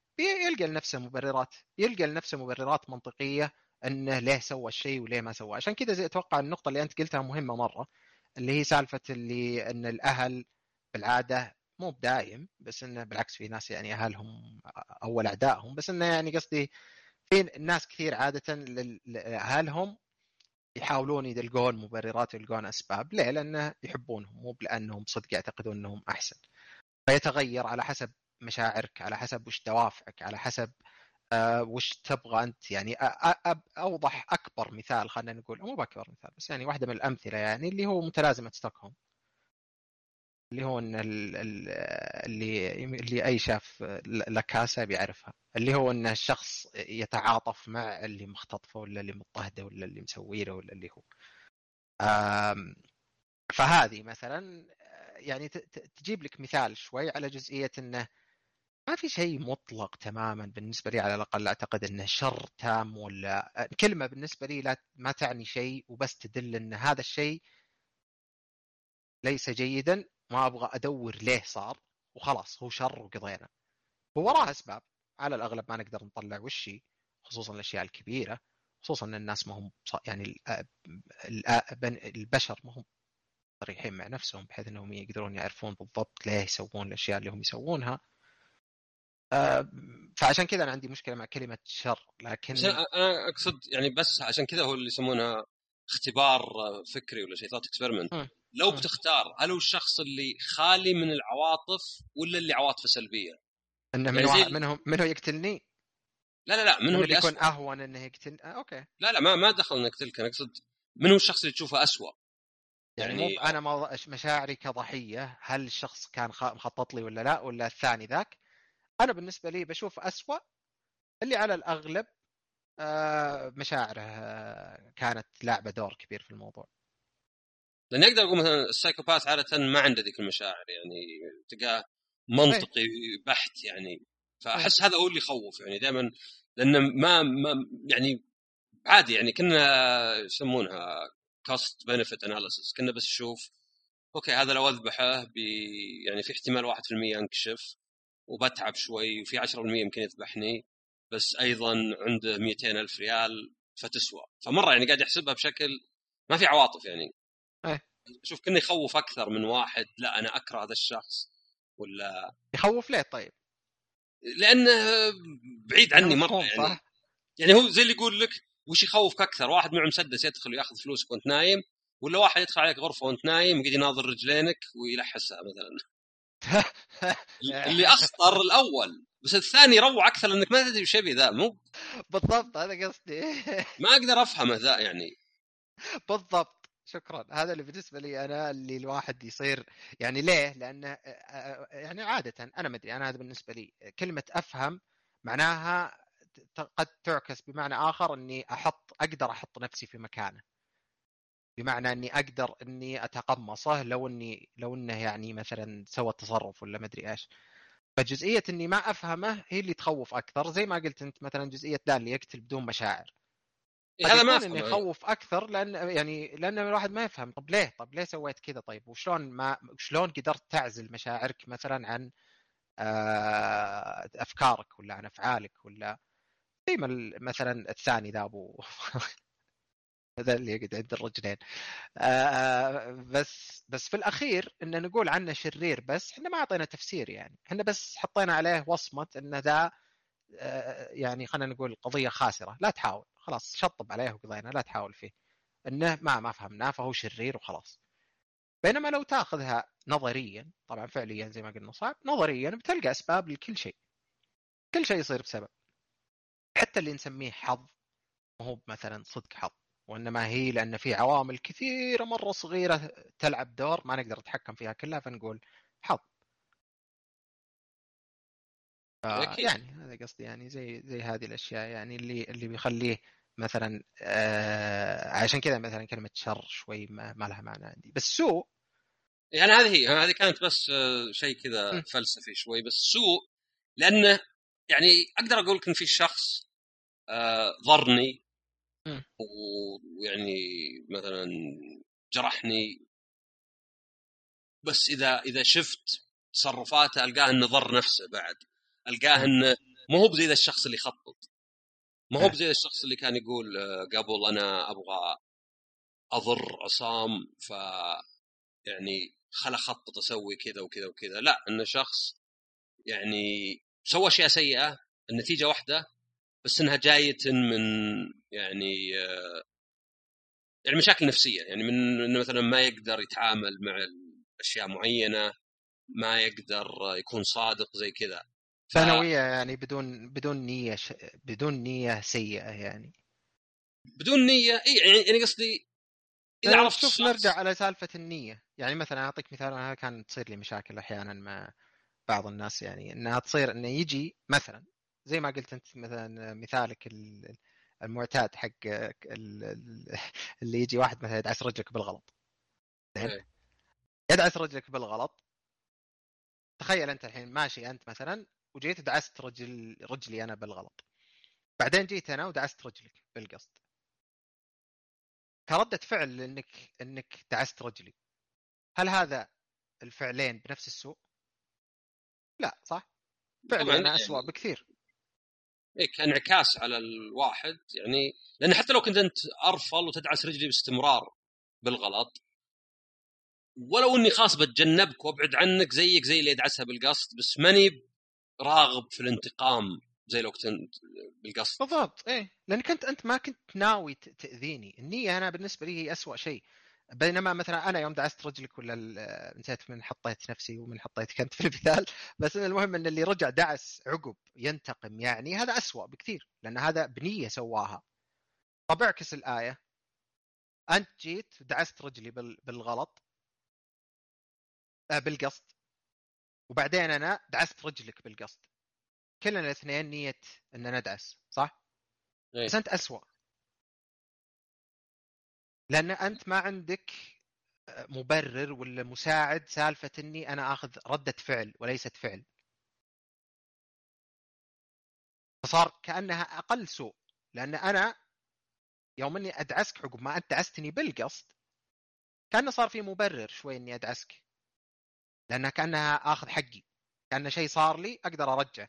يلقى لنفسه مبررات منطقيه انه ليه سوى الشيء وليه ما سوى. عشان كذا زي اتوقع النقطه اللي انت قلتها مهمه مره، اللي هي سالفه اللي ان الاهل بالعاده مو بدايم، بس انه بالعكس في ناس يعني اهلهم اول اعدائهم، بس انه يعني قصدي في ناس كثير عاده لاهلهم يحاولون يلقون مبررات ويلقون اسباب. ليه؟ لانه يحبونهم مو لانهم صدق يعتقدون انهم احسن. فيتغير على حسب مشاعرك، على حسب وش دوافعك، على حسب وش تبغى أنت. يعني أوضح أكبر مثال خلينا نقول، مو بأكبر مثال بس يعني واحدة من الأمثلة، يعني اللي هو متلازمة ستوكهولم، اللي هو إن اللي أي شاف لكاسة بيعرفها، اللي هو إن الشخص يتعاطف مع اللي مختطفه ولا اللي مضطهده ولا اللي مسويره ولا اللي هو فهذه مثلا يعني تجيب لك مثال شوي على جزئية إنه ما في شيء مطلق تماما بالنسبة لي. على الأقل أعتقد أنه شر تام، ولا كلمة بالنسبة لي لا ما تعني شيء وبس تدل أن هذا الشيء ليس جيدا، ما أبغى أدور ليه صار وخلاص هو شر وقضينا. هو وراه أسباب على الأغلب ما نقدر نطلع وشي، خصوصا الأشياء الكبيرة، خصوصا أن الناس ما هم يعني البشر ما هم صريحين مع نفسهم بحيث أنهم يقدرون يعرفون بالضبط ليه يسوون الأشياء اللي هم يسوونها. فعشان كذا أنا عندي مشكلة مع كلمة شر. بس لكن انا اقصد يعني بس عشان كذا هو اللي يسمونها اختبار فكري ولا شيء ثوت اكسبيرمنت. لو بتختار هل هو الشخص اللي خالي من العواطف ولا اللي عواطفه سلبيه؟ انه من يعني زي واحد منهم يقتلني، لا من هو من اللي اللي يكون أسوأ؟ اهون انه يقتل اوكي. لا ما دخل انك تلك. انا اقصد من هو الشخص اللي تشوفه أسوأ يعني مو يعني. انا مشاعري كضحيه هل الشخص كان مخطط لي ولا لا، ولا الثاني ذاك. انا بالنسبه لي بشوف اسوأ اللي على الاغلب مشاعره كانت لاعبه دور كبير في الموضوع. لان اقدر اقول مثلا السايكوباث عاده ما عنده ذيك المشاعر، يعني تلقاه اي منطقي بحت يعني. اي فاحس هذا هو اللي يخوف يعني دائما، لانه ما يعني عادي يعني كنا يسمونها كوست بنفيت اناليسيس. كنا بس نشوف اوكي هذا لو اذبحه يعني في احتمال 1% انكشف وبتعب شوي، وفي 10% يمكن يذبحني، بس ايضا عنده 200,000 ريال فتسوى. فمره يعني قاعد يحسبها بشكل ما في عواطف يعني. اي شوف كنا يخوف اكثر من واحد لا انا اكره هذا الشخص ولا يخوف ليه طيب؟ لانه بعيد انه عني مره مفهوم يعني. صح. يعني هو زي اللي يقول لك وش يخوفك اكثر، واحد معه مسدس يدخل وياخذ فلوسك وانت نايم، ولا واحد يدخل عليك غرفه وانت نايم ويقعد يناظر رجلينك ويلحسها مثلا؟ اللي اخطر الاول، بس الثاني روع اكثر لانك ما تدري وش يبي ذا. مو بالضبط هذا قصدي. ما اقدر افهمه ذا يعني. بالضبط شكرا. هذا اللي بالنسبه لي انا اللي الواحد يصير يعني ليه، لانه يعني عاده انا ما ادري، انا هذا بالنسبه لي كلمه افهم معناها قد تعكس بمعنى اخر اني اقدر احط نفسي في مكانه، بمعنى اني اقدر اني اتقمصه لو انه يعني مثلا سوى تصرف ولا ما ادري ايش. فجزئيه اني ما افهمه هي اللي تخوف اكثر. زي ما قلت انت مثلا جزئيه ذا اللي يقتل بدون مشاعر إيه قد هذا ما يكون انه افهمه. يخوف اكثر، لان الواحد ما يفهم طب ليه سويت كذا؟ طيب شلون قدرت تعزل مشاعرك مثلا عن افكارك ولا عن افعالك، ولا زي ما مثلا الثاني ذا ابو هذا اللي يقعد عند الرجلين. بس في الاخير ان نقول عنه شرير بس احنا ما اعطينا تفسير، يعني احنا بس حطينا عليه وصمه ان ذا يعني خلينا نقول قضيه خاسره، لا تحاول، خلاص شطب عليه وقضينا، لا تحاول فيه، انه ما فهمناه فهو شرير وخلاص. بينما لو تاخذها نظريا، طبعا فعليا زي ما قلنا صعب، نظريا بتلقى اسباب لكل شيء، كل شيء يصير بسبب. حتى اللي نسميه حظ ما هو مثلا صدق حظ، وانما هي لان في عوامل كثيره مره صغيره تلعب دور ما نقدر نتحكم فيها كلها فنقول حظ. اكيد. يعني هذا قصدي، يعني زي هذه الاشياء يعني اللي بيخليه مثلا عشان كذا مثلا كلمه شر شوي ما لها معنى عندي، بس سوء يعني هذه كانت بس شيء كذا فلسفي شوي، بس سوء لانه يعني اقدر اقول لك ان في شخص ضرني ويعني مثلا جرحني، بس اذا شفت تصرفاته القاه انه ضر نفسه، بعد القاه انه مو هو بزي ذا الشخص اللي خطط، ما هو بزي الشخص اللي كان يقول قبل انا ابغى اضر عصام ف يعني خل اخطط اسوي كذا وكذا وكذا. لا، انه شخص يعني سوى اشياء سيئه، النتيجه واحده، بس انها جايه من يعني يعني مشاكل نفسيه، يعني من انه مثلا ما يقدر يتعامل مع اشياء معينه، ما يقدر يكون صادق زي كذا. ثانويه يعني بدون نيه بدون نيه سيئه يعني. بدون نيه، اي يعني قصدي اذا عرفت شوف نرجع الشخص. على سالفه النيه، يعني مثلا اعطيك مثال، انا كانت تصير لي مشاكل احيانا مع بعض الناس، يعني انها تصير انه يجي مثلا زي ما قلت انت مثلا مثالك المعتاد حق اللي يجي واحد مثلا يدعس رجلك بالغلط، زين، إيه. يدعس رجلك بالغلط. تخيل انت الحين ماشي انت مثلا وجيت دعست رجلي انا بالغلط، بعدين جيت انا ودعست رجلك بالقصد، كردة فعل انك دعست رجلي، هل هذا الفعلين بنفس السوء؟ لا، صح؟ طبعا فعلي لا انا اسوأ يعني بكثير. إيه، كانعكاس على الواحد يعني، لان حتى لو كنت انت ارفل وتدعس رجلي باستمرار بالغلط، ولو اني خلاص بتجنبك وابعد عنك زيك زي اللي يدعسها بالقصد، بس ماني راغب في الانتقام زي لو كنت بالقصد. بالضبط، ايه، لانك انت ما كنت ناوي تاذيني، النيه انا بالنسبه لي هي اسوأ شيء. بينما مثلا انا يوم دعست رجلك ولا نسيت من حطيت نفسي ومن حطيتك انت في المثال، بس المهم ان اللي رجع دعس عقب ينتقم، يعني هذا اسوأ بكثير لان هذا بنيه سواها. طب اعكس الايه، انت جيت دعست رجلي بالغلط، بالقصد، وبعدين انا دعست رجلك بالقصد، كلنا الاثنين نيه ان ندعس، صح؟ إيه. بس انت اسوأ، لان انت ما عندك مبرر ولا مساعد سالفه اني انا اخذ رده فعل وليست فعل، فصار كانها اقل سوء. لان انا يوم اني ادعسك عقب ما انت دعستني بالقصد، كانه صار في مبرر شوي اني ادعسك، لانها كانها اخذ حقي، كان شيء صار لي اقدر ارجعه.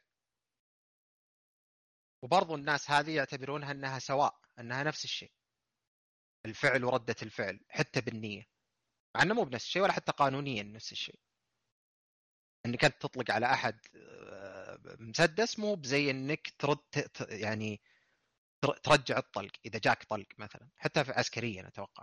وبرضو الناس هذه يعتبرونها انها سواء، انها نفس الشيء، الفعل ورده الفعل حتى بالنيه، مع انه مو بنفس الشيء ولا حتى قانونيا نفس الشيء. انك انت تطلق على احد مسدس مو بزي انك ترد يعني ترجع الطلق اذا جاك طلق مثلا، حتى في عسكريا اتوقع.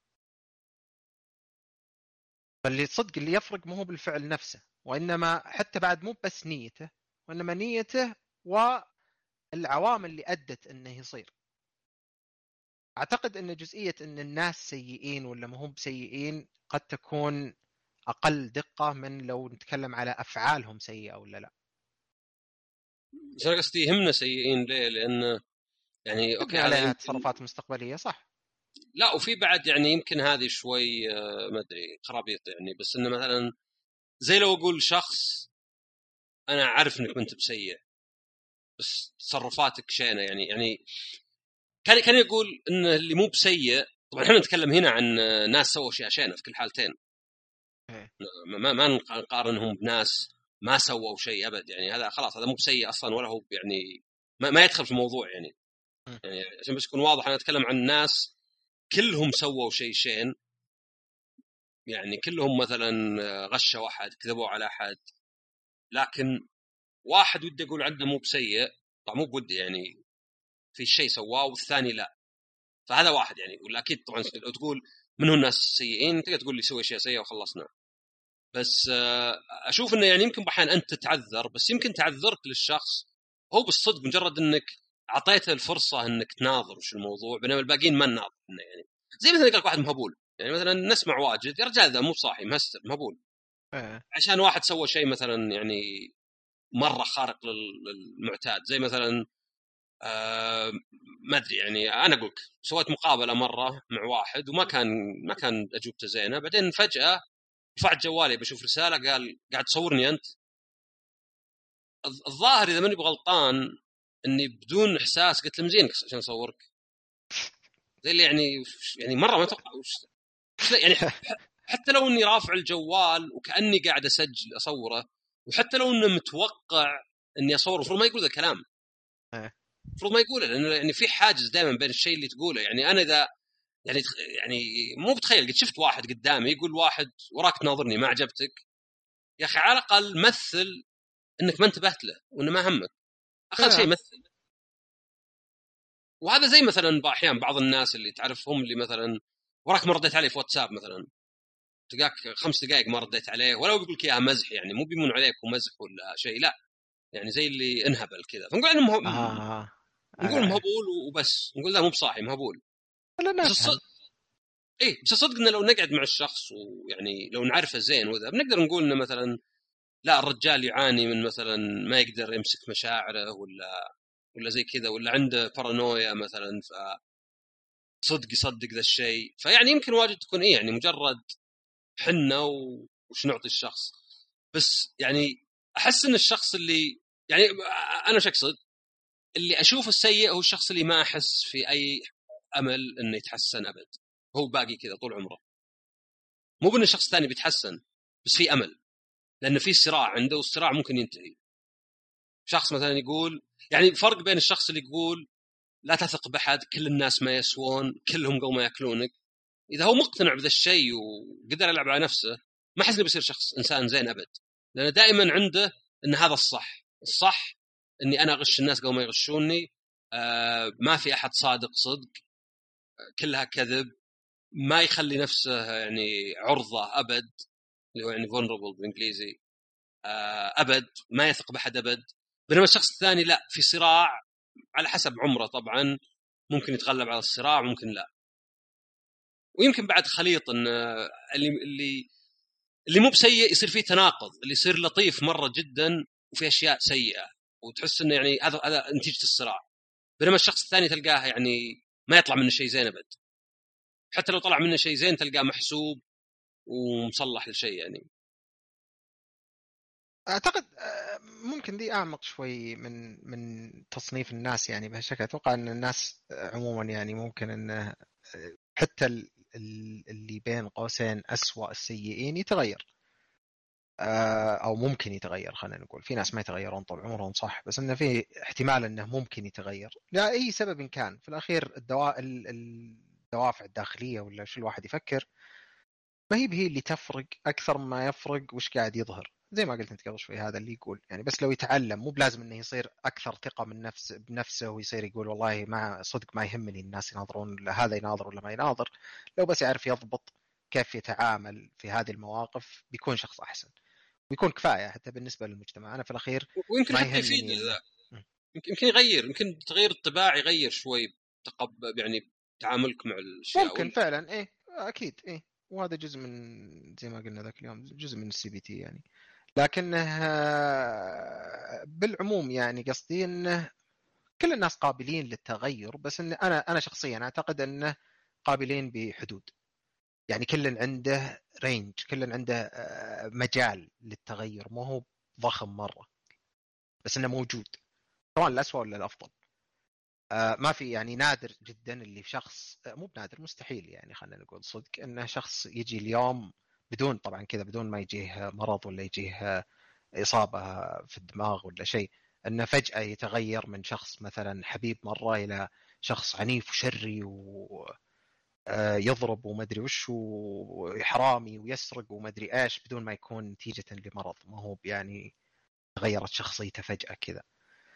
فاللي صدق اللي يفرق مو هو بالفعل نفسه، وانما حتى بعد مو بس نيته، وانما نيته والعوامل اللي ادت انه يصير. اعتقد ان جزئيه ان الناس سيئين ولا ما هم سيئين قد تكون اقل دقه من لو نتكلم على افعالهم سيئه ولا لا. بس انا قصدي يهمنا سيئين ليه؟ لان يعني اوكي تبني هذا عليها يمكن، تصرفات مستقبليه، صح. لا وفي بعد يعني يمكن هذه شوي ما ادري خرابيط يعني، بس انه مثلا زي لو اقول شخص انا عارف انك كنت بسيء بس تصرفاتك شينه، يعني كان يقول ان اللي مو بسيء، طبعا احنا نتكلم هنا عن ناس سووا اشياء شينه في كل حالتين، إيه. ما نقارنهم بناس ما سووا شيء ابد، يعني هذا خلاص هذا مو بسيء اصلا ولا هو يعني ما يدخل في الموضوع يعني. م. يعني عشان بس يكون واضح انا اتكلم عن ناس كلهم سووا شيء شين، يعني كلهم مثلا غشوا احد، كذبوا على احد، لكن واحد ودي اقول عنده مو بسيء، طبعا مو بودي يعني في شيء سواه والثاني لا، فهذا واحد يعني. ولا اكيد طبعا لو تقول من هو الناس السيئين تقدر تقول لي سوي اشياء سيئه وخلصنا. بس اشوف انه يعني يمكن بحين انت تتعذر، بس يمكن تعذرت للشخص هو بالصدق مجرد انك اعطيته الفرصه انك تناظر وش الموضوع، بينما الباقيين ما نناظر يعني. زي مثلا قال واحد مهبول، يعني مثلا نسمع واجد يا رجال ذا مو صاحي مهستر مهبول، عشان واحد سوى شيء مثلا يعني مره خارق للمعتاد. زي مثلا ما ادري يعني، انا اقول سويت مقابله مره مع واحد وما كان اجوبته زينه، بعدين فجاه رفعت جوالي بشوف رساله قال قاعد تصورني انت. الظاهر اذا ماني بغلطان اني بدون احساس قلت له مزينك عشان اصورك. زي اللي يعني مره ما اتوقع يعني حتى لو اني رافع الجوال وكاني قاعد اسجل اصوره، وحتى لو انه متوقع اني اصوره، المفروض ما يقول ذا الكلام، المفروض ما يقوله، لانه يعني في حاجز دائما بين الشيء اللي تقوله. يعني انا اذا يعني مو بتخيل قد شفت واحد قدامي يقول واحد وراك تناظرني ما عجبتك، يا اخي على الاقل مثل انك ما انتبهت له وانه ما همك، اقل شيء مثل. وهذا زي مثلا احيانا بعض الناس اللي تعرفهم اللي مثلا وراك ما رديت عليه في واتساب مثلا، تلقاك 5 دقائق ما رديت عليه، ولو بيقول لك اياها مزح، يعني مو بيمون عليك ومزح ولا شيء، لا يعني زي اللي انهبل كذا، فنقول انه نقول مهبول وبس، نقول لا مو بصاحي مهبول. بس الصدق بس الصدق انه لو نقعد مع الشخص ويعني لو نعرفه زين وذا بنقدر نقول انه مثلا لا الرجال يعاني من مثلا ما يقدر يمسك مشاعره ولا زي كذا، ولا عنده بارانويا مثلا، فصدق يصدق ذا الشيء. فيعني يمكن واجد تكون يعني مجرد حنه وش نعطي الشخص. بس يعني احس ان الشخص اللي يعني انا وش اقصد، اللي اشوفه السيء هو الشخص اللي ما احس في اي امل انه يتحسن ابد، هو باقي كذا طول عمره. مو بان الشخص الثاني بيتحسن، بس في امل، لانه في صراع عنده والصراع ممكن ينتهي. شخص مثلا يقول يعني فرق بين الشخص اللي يقول لا تثق بأحد، كل الناس ما يسوون، كلهم قوم ياكلونك، اذا هو مقتنع بهذا الشيء وقدر يلعب على نفسه ما احس انه بيصير شخص انسان زين ابد، لانه دائما عنده ان هذا الصح اني انا اغش الناس قبل ما يغشوني، ما في احد صادق صدق، كلها كذب، ما يخلي نفسه يعني عرضه ابد، اللي هو يعني vulnerable بالانجليزي، ابد ما يثق باحد ابد. بينما الشخص الثاني لا، في صراع على حسب عمره طبعا، ممكن يتغلب على الصراع ممكن لا. ويمكن بعد خليط ان اللي مو بسيء يصير فيه تناقض، اللي يصير لطيف مره جدا وفي اشياء سيئه، وتحس انه يعني هذا نتيجه الصراع. بينما الشخص الثاني تلقاه يعني ما يطلع منه شيء زين ابد، حتى لو طلع منه شيء زين تلقاه محسوب ومصلح لشيء يعني. اعتقد ممكن دي اعمق شوي من تصنيف الناس يعني بهالشكل. اتوقع ان الناس عموما يعني ممكن انه حتى اللي بين قوسين اسوأ السيئين يتغير، او ممكن يتغير. خلينا نقول في ناس ما يتغيرون طول عمرهم صح، بس انه في احتمال انه ممكن يتغير لاي سبب كان. في الاخير الدوافع الداخليه ولا شو الواحد يفكر ما هي اللي تفرق اكثر ما يفرق وش قاعد يظهر. زي ما قلت انت قبل شوي، هذا اللي يقول يعني بس لو يتعلم، مو بلازم انه يصير اكثر ثقه بنفسه ويصير يقول والله ما صدق ما يهمني الناس يناظرون ولا هذا يناظر ولا ما يناظر. لو بس يعرف يضبط كيف يتعامل في هذه المواقف بيكون شخص احسن، ويكون كفايه حتى بالنسبه للمجتمع. انا في الاخير ويمكن ما حتى يفيد يهمني انه يمكن يغير، يمكن تغيير الطباع يغير شوي يعني تعاملك مع الاشياء ممكن فعلا ايه اكيد ايه. وهذا جزء من زي ما قلنا ذاك اليوم جزء من السي بي تي يعني. لكنه بالعموم يعني قصدي انه كل الناس قابلين للتغير، بس ان انا شخصيا اعتقد انه قابلين بحدود. يعني كل عنده رينج، كل عنده مجال للتغير، مو هو ضخم مره بس انه موجود، سواء الأسوأ ولا الافضل. ما في يعني نادر جدا اللي في شخص مو بنادر مستحيل يعني خلينا نقول صدق انه شخص يجي اليوم بدون طبعا كذا بدون ما يجيه مرض ولا يجيه إصابة في الدماغ ولا شيء، أنه فجأة يتغير من شخص مثلا حبيب مرة إلى شخص عنيف وشري ويضرب وما أدري وش وحرامي ويسرق وما أدري إيش بدون ما يكون نتيجة لمرض. ما هو يعني تغيرت شخصيته فجأة كذا.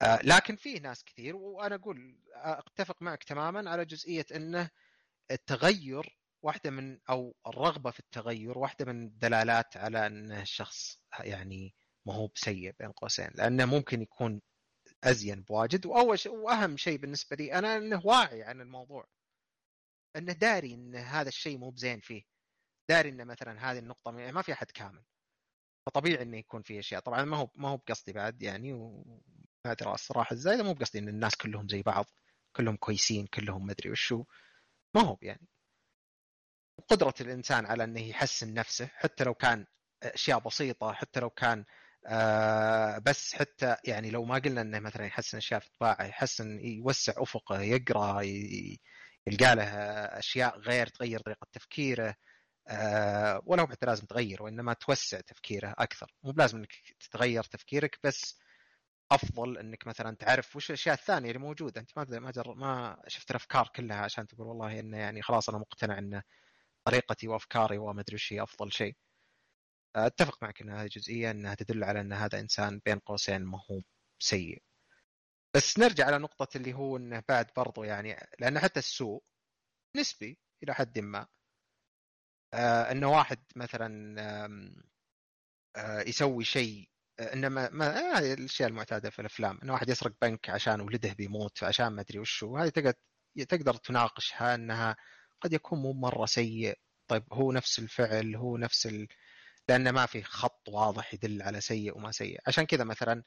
لكن فيه ناس كثير، وانا اقول اتفق معك تماما على جزئيه انه التغير واحده من، او الرغبه في التغير واحده من الدلالات على ان الشخص يعني ما هو بسيء بين قوسين، لانه ممكن يكون ازين بواجد. واول شيء واهم شيء بالنسبه لي انا انه واعي عن الموضوع، انه داري ان هذا الشيء مو بزين فيه، داري انه مثلا هذه النقطه ما في احد كامل، فطبيعي انه يكون في اشياء. طبعا ما هو بقصدي بعد يعني، وهذه الصراحه الزايده، مو بقصدي ان الناس كلهم زي بعض، كلهم كويسين، كلهم مدري وشو، ما هو يعني. قدرة الإنسان على أنه يحسن نفسه حتى لو كان أشياء بسيطة، حتى لو كان بس حتى يعني لو ما قلنا أنه مثلا يحسن أشياء في طباعه، يحسن يوسع أفقه، يقرأ، يلقى له أشياء غير تغير طريقة تفكيره، ولو حتى لازم تغير، وإنما توسع تفكيره أكثر. مو بلازم أنك تتغير تفكيرك بس، افضل انك مثلا تعرف وش الاشياء الثانيه اللي موجوده. انت ما شفت الافكار كلها عشان تقول والله انه يعني خلاص انا مقتنع ان طريقتي وافكاري وما ادري وش هي افضل شيء. اتفق معك ان هذه جزئيه انها تدل على ان هذا انسان بين قوسين ما هو سيء. بس نرجع على نقطه اللي هو انه بعد برضو يعني، لان حتى السوء نسبي الى حد ما. انه واحد مثلا يسوي شيء، انما ما هذه الاشياء المعتاده في الافلام، ان واحد يسرق بنك عشان ولده بيموت، عشان ما ادري وشو، هذه تقدر تناقشها انها قد يكون مو مره سيء. طيب هو نفس الفعل، هو نفس لأن ما في خط واضح يدل على سيء وما سيء. عشان كذا مثلا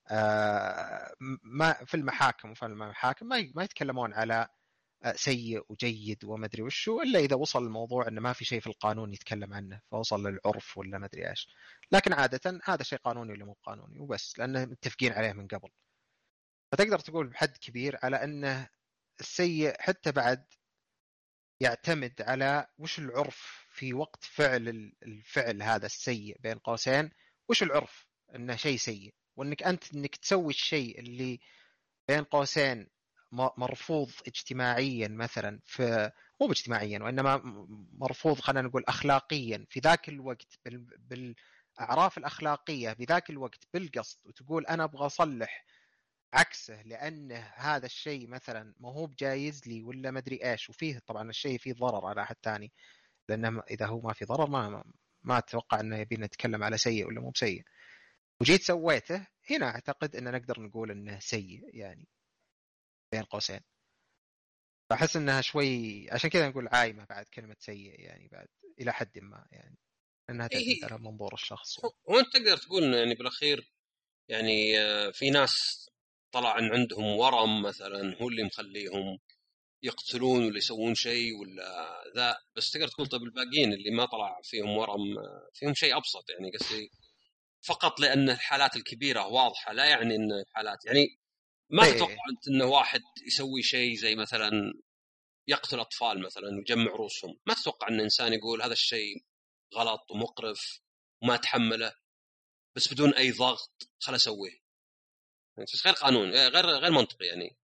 ما في المحاكم وفي المحاكم ما يتكلمون على سيء وجيد وما ادري وشو، الا اذا وصل الموضوع انه ما في شيء في القانون يتكلم عنه، فوصل للعرف ولا ما ادري ايش. لكن عاده هذا شيء قانوني ولا مو قانوني وبس، لانه متفقين عليه من قبل. فتقدر تقول بحد كبير على انه السيء حتى بعد يعتمد على وش العرف في وقت فعل الفعل هذا السيء بين قوسين. وش العرف انه شيء سيء، وانك انك تسوي الشيء اللي بين قوسين مرفوض اجتماعيا مثلا، في مو اجتماعيا وانما مرفوض خلينا نقول اخلاقيا في ذاك الوقت، بالاعراف الاخلاقيه بذاك الوقت بالقصد، وتقول انا ابغى اصلح عكسه لان هذا الشيء مثلا ما هو بجايز لي ولا ما ادري ايش، وفيه طبعا الشيء فيه ضرر على احد ثاني، لانه اذا هو ما في ضرر ما اتوقع انه يبينا نتكلم على سيء ولا مو بسيء. وجيت سويته هنا، اعتقد ان نقدر نقول انه سيء يعني بين قوسين. فاحس انها شوي، عشان كذا نقول عايمه بعد كلمه سيء يعني بعد الى حد ما يعني، انها تعتمد إيه على منظور الشخص هو انت تقدر تقول إنه يعني بالاخير يعني في ناس طلع ان عندهم ورم مثلا هو اللي مخليهم يقتلون ولا يسوون شيء ولا ذا، بس تقدر تقول طيب الباقيين اللي ما طلع فيهم ورم فيهم شيء ابسط. يعني قصدي فقط لان الحالات الكبيره واضحه لا يعني ان الحالات يعني ما تتوقع ايه. انت انه واحد يسوي شيء زي مثلا يقتل اطفال مثلا ويجمع رؤوسهم، ما تتوقع ان انسان يقول هذا الشيء غلط ومقرف وما اتحمله بس بدون اي ضغط خل اسويه. يعني غير قانون، غير منطقي يعني.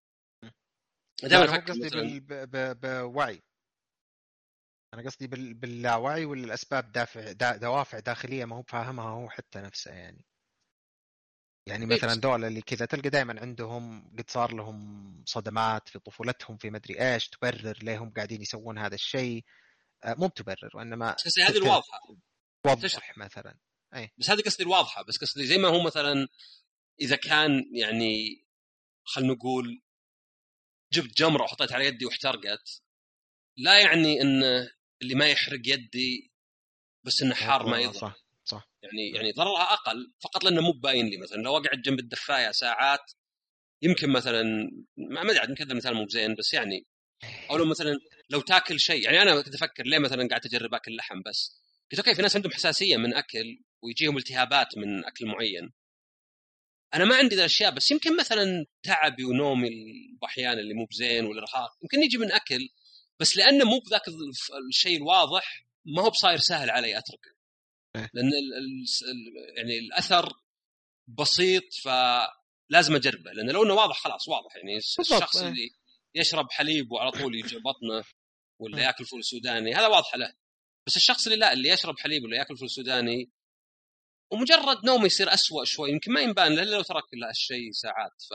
لا دائما انا مو افكر بقصدي مثلا بوعي، انا قصدي باللاوعي، ولا الاسباب دوافع داخليه ما هو فاهمها هو حتى نفسه يعني. يعني اي مثلا بس دول اللي كذا تلقى دائما عندهم قد صار لهم صدمات في طفولتهم في مدري ايش، تبرر ليهم قاعدين يسوون هذا الشيء. مو بتبرر وانما قصدي هذه الواضحه توضح مثلا. اي. بس هذه قصدي الواضحه، بس قصدي زي ما هو مثلا اذا كان يعني خلينا نقول جبت جمره وحطيت على يدي واحترقت، لا يعني ان اللي ما يحرق يدي بس انه مو حار ما يضر. صح. صح. يعني ضررها اقل فقط لانه مو باين لي. مثلا لو اقعد جنب الدفايه ساعات يمكن مثلا ما ادري يمكن هذا مثال مو زين بس يعني، او لو مثلا لو تاكل شيء، يعني انا كنت افكر ليه مثلا قاعد اجرب اكل لحم بس، قلت اوكي في ناس عندهم حساسيه من اكل ويجيهم التهابات من اكل معين، انا ما عندي ذا الاشياء بس يمكن مثلا تعبي ونومي احيانا اللي مو بزين والارهاق يمكن يجي من اكل، بس لانه مو بذاك الشيء الواضح ما هو بصاير سهل علي اتركه، إيه. لان يعني الاثر بسيط فلازم اجربه. لان لو انه واضح خلاص واضح، يعني بالضبط. الشخص إيه. اللي يشرب حليب وعلى طول يجي بطنه ولا إيه. ياكل فول سوداني هذا واضح له، بس الشخص اللي لا اللي يشرب حليب ولا ياكل فول سوداني ومجرد نوم يصير أسوأ شوي، يمكن ما ينبان له لو ترك له الشيء ساعات. ف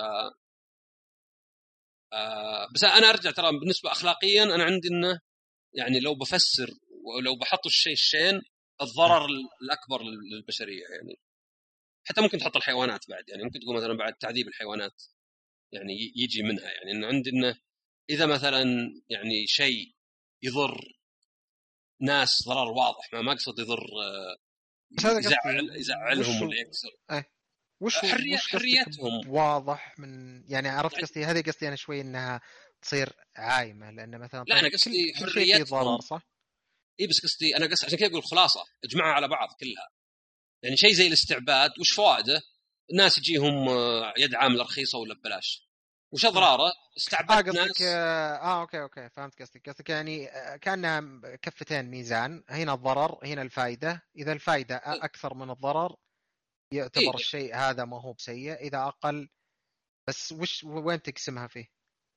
بس انا ارجع ترى بالنسبه اخلاقيا انا عندي انه يعني لو بفسر ولو بحط الشيء الضرر الاكبر للبشريه يعني. حتى ممكن تحط الحيوانات بعد، يعني ممكن تقول مثلا بعد تعذيب الحيوانات يعني يجي منها، يعني انه عندي انه اذا مثلا يعني شيء يضر ناس ضرر واضح، ما اقصد يضر بس هذا قصدي يزعلهم ولا يكسر وش قصدك حريتهم. واضح من يعني عرفت يعني قصدي، هذه قصدي انا شوي انها تصير عايمه، لان مثلا لا طيب انا قصدي كل شيء فيه ضرر حريتهم. صح؟ اي بس قصدي انا عشان كذا اقول خلاصه اجمعها على بعض كلها. يعني شيء زي الاستعباد وش فوائده؟ الناس يجيهم يد عامله رخيصه ولا ببلاش، وش اضراره؟ استعبدت قصدك ناس. اوكي فهمت قصدك يعني كانها كفتين ميزان، هنا الضرر هنا الفائده، اذا الفائده اكثر من الضرر اي يعتبر الشيء هذا ما هو بسيء، اذا اقل. بس وين تقسمها فيه؟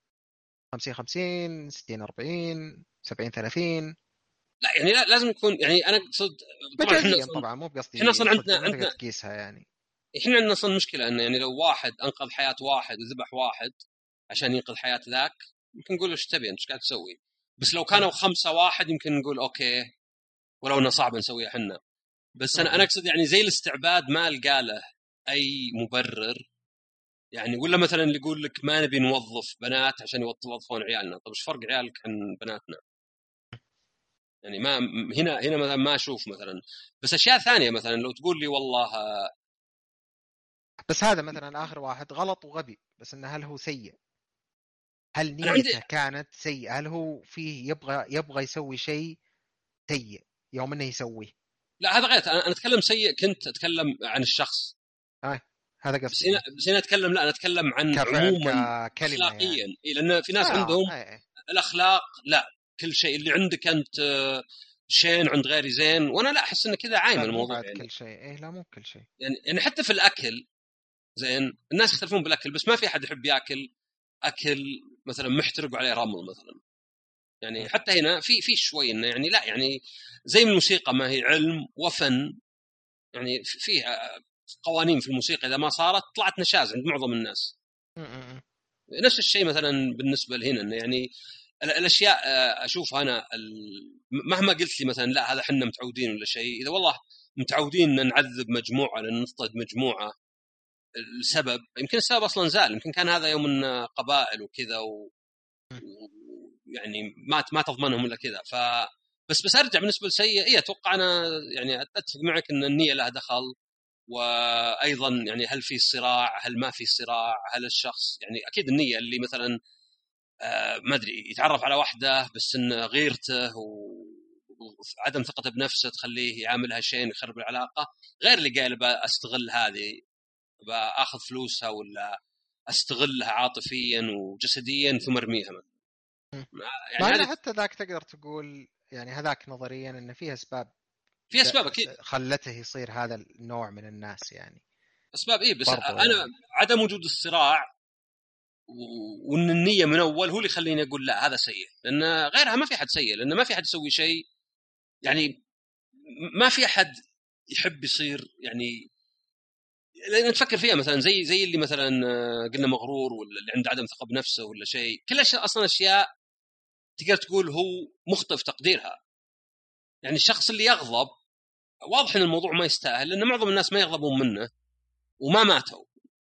50-50 60-40 70-30؟ لا يعني لا لازم يكون يعني انا اقصد. طبعا مجازيا طبعا، مو احنا بقصدي اصلا صدق، ما تقدر عندنا تقيسها يعني. احنا عندنا اصلا مشكله انه يعني لو واحد انقذ حياه واحد وذبح واحد عشان ينقذ حياه ذاك، يمكن نقول ايش تبي انت ايش قاعد تسوي؟ بس لو كانوا 5 واحد يمكن نقول اوكي، ولو انه صعب نسويها احنا. بس انا اقصد يعني زي الاستعباد ما القى له اي مبرر يعني. ولا مثلا اللي يقول لك ما نبي نوظف بنات عشان يوظفون عيالنا، طب ايش فرق عيالك عن بناتنا؟ يعني ما هنا مثلا ما اشوف مثلا. بس اشياء ثانيه مثلا لو تقول لي والله بس هذا مثلا اخر واحد غلط وغبي، بس انه هل هو سيء؟ هل انا عندي. نيته كانت سيئة؟ هل هو فيه يبغى يسوي شيء سيء يوم انه يسويه؟ لا هذا غير، انا اتكلم سيء، كنت اتكلم عن الشخص. هذا بس قصدي هنا اتكلم، لا انا اتكلم عن كفعل عموما ككلمة اخلاقيا. يعني. لان في ناس عندهم اي الاخلاق لا، كل شيء اللي عندك انت شين عند غيري زين، وانا لا احس ان كذا عايم لا مو الموضوع بعد يعني. كل شيء، لا مو كل شيء. يعني حتى في الاكل زين، الناس يختلفون بالاكل، بس ما في احد يحب ياكل اكل مثلا محترق وعليه رمل مثلا. يعني حتى هنا في شوي انه يعني لا يعني زي من الموسيقى ما هي علم وفن، يعني في قوانين في الموسيقى اذا ما صارت طلعت نشاز عند معظم الناس. نفس الشيء مثلا بالنسبه لهنا انه يعني الاشياء اشوفها انا مهما قلت لي مثلا لا هذا احنا متعودين ولا شيء، اذا والله متعودين ان نعذب مجموعه لان نفقد مجموعه السبب، يمكن السبب اصلا زال، يمكن كان هذا يوم من قبائل وكذا يعني ما تضمنهم الا كذا. بس ارجع بالنسبه لسيء، اتوقع انا يعني اتفق معك ان النيه لها دخل. وايضا يعني هل في صراع، هل ما في صراع، هل الشخص يعني اكيد النيه اللي مثلا ما ادري يتعرف على واحده بس ان غيرته وعدم ثقته بنفسه تخليه يعاملها شيء يخرب العلاقه، غير اللي قال استغل هذه باخذ فلوسها ولا استغلها عاطفيا وجسديا ثم ارميها يعني مع انه هذه حتى ذاك تقدر تقول يعني هذاك نظريا انه فيه اسباب في اسباب اكيد. خلته يصير هذا النوع من الناس يعني. اسباب بس برضو انا يعني عدم وجود الصراع وان النيه من اول هو اللي يخليني اقول لا هذا سيء، لان غيرها ما في احد سيء، لان ما في احد يسوي شيء يعني. ما في احد يحب يصير يعني، لان تفكر فيها مثلا زي اللي مثلا قلنا مغرور ولا اللي عنده عدم ثقه بنفسه ولا شيء، كل اصلا اشياء تقدر تقول هو مخطئ في تقديرها. يعني الشخص اللي يغضب واضح ان الموضوع ما يستاهل، لان معظم الناس ما يغضبون منه وما ماتوا.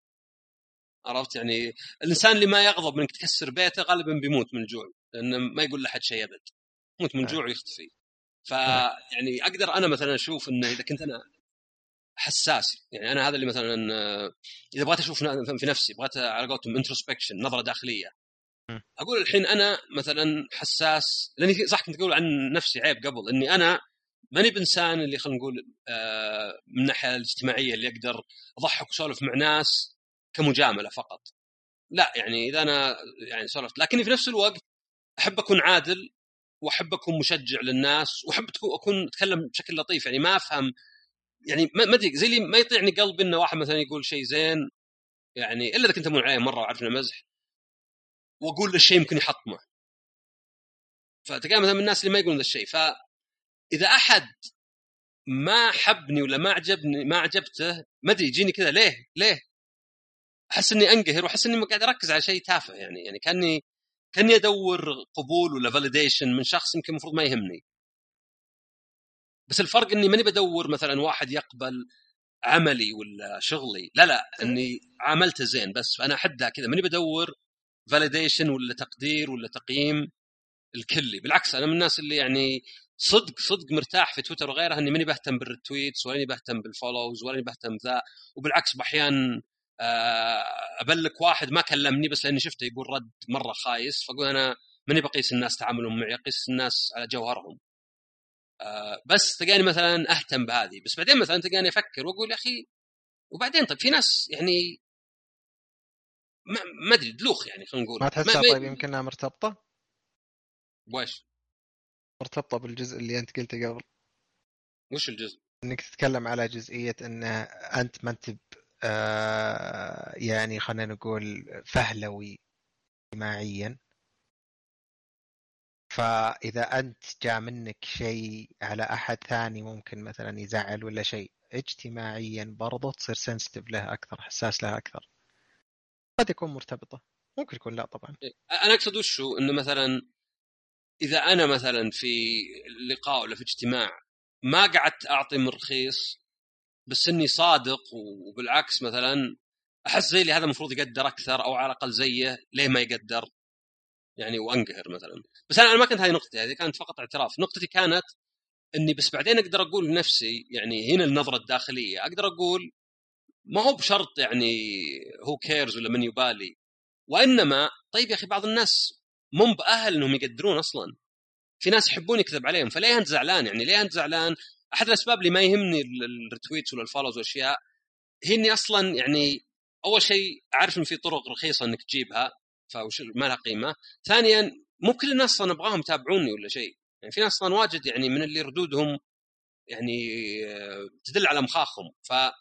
عرفت يعني الانسان اللي ما يغضب منك تكسر بيته غالبا بيموت من الجوع، لانه ما يقول لحد شيء ابد، يموت من الجوع ويختفي. فيعني اقدر انا مثلا اشوف انه اذا كنت انا حساس، يعني انا هذا اللي مثلا اذا بغيت اشوف في نفسي، بغيت على قولتهم انتروسبكشن، نظره داخليه، اقول الحين انا مثلا حساس، لاني صح كنت اقول عن نفسي عيب قبل اني انا ماني بانسان اللي خلينا نقول من الناحيه الاجتماعيه اللي اقدر اضحك وسولف مع ناس كمجامله فقط. لا يعني اذا انا يعني سولفت، لكني في نفس الوقت احب اكون عادل، واحب اكون مشجع للناس، واحب اكون اتكلم بشكل لطيف. يعني ما افهم يعني ما ادري زي اللي ما يطيعني قلبي انه واحد مثلا يقول شيء زين، يعني الا اذا كنت امون عليه مره وعارف انه مزح، واقول له الشيء يمكن يحطمه. فتلقى مثلا من الناس اللي ما يقولون ذا الشيء، فاذا احد ما حبني ولا ما عجبني ما عجبته ما ادري يجيني كذا ليه احس اني انقهر واحس اني ما قاعد اركز على شيء تافه يعني كاني ادور قبول ولا فاليديشن من شخص يمكن المفروض ما يهمني. بس الفرق اني ماني بدور مثلا واحد يقبل عملي ولا شغلي، لا اني عاملته زين بس انا احدها كذا، ماني بدور فاليديشن ولا تقدير ولا تقييم الكلي. بالعكس انا من الناس اللي يعني صدق مرتاح في تويتر وغيرها، اني ماني بهتم بالريتويتس ولا بهتم بالفولوز ولا بهتم ذا. وبالعكس باحيان ابلك واحد ما كلمني بس لاني شفته يقول رد مره خايس، فاقول انا ماني بقيس الناس تعاملهم معي، اقيس الناس على جوهرهم. بس تلقاني مثلا اهتم بهذه، بس بعدين مثلا تلقاني افكر واقول يا اخي وبعدين طيب في ناس يعني ما ادري دلوخ يعني خلينا نقول ما تحسها طيب يمكنها مرتبطة وايش مرتبطة بالجزء اللي أنت قلته قبل، وش الجزء إنك تتكلم على جزئية إن أنت ما أنت يعني خلينا نقول فهلوي اجتماعيا، فإذا أنت جاء منك شيء على أحد ثاني ممكن مثلا يزعل ولا شيء اجتماعيا برضو تصير سنسيتيف له أكثر، حساس له أكثر. قد يكون مرتبطة، ممكن يكون لا طبعا. انا اقصد وشو انه مثلا اذا انا مثلا في لقاء ولا في اجتماع ما قعدت اعطي من رخيص بس اني صادق وبالعكس مثلا احس زي اللي هذا المفروض يقدر اكثر او على الاقل زيه، ليه ما يقدر يعني وانقهر مثلا. بس انا ما كانت هذه نقطتي، هذه كانت فقط اعتراف. نقطتي كانت اني بس بعدين اقدر اقول لنفسي يعني هنا النظره الداخليه، اقدر اقول ما هو بشرط يعني هو كيرز ولا من يبالي، وانما طيب يا اخي بعض الناس مو باهل انهم يقدرون اصلا. في ناس يحبون يكذب عليهم، فليه انت زعلان؟ يعني ليه انت زعلان؟ احد الاسباب اللي ما يهمني الريتويتس ولا الفولوز والاشياء هي اني اصلا يعني اول شيء اعرف ان في طرق رخيصه انك تجيبها فوش ما لها قيمه. ثانيا مو كل الناس اصلا ابغاهم يتابعوني ولا شيء، يعني في ناس اصلا واجد يعني من اللي ردودهم يعني تدل على مخاخهم.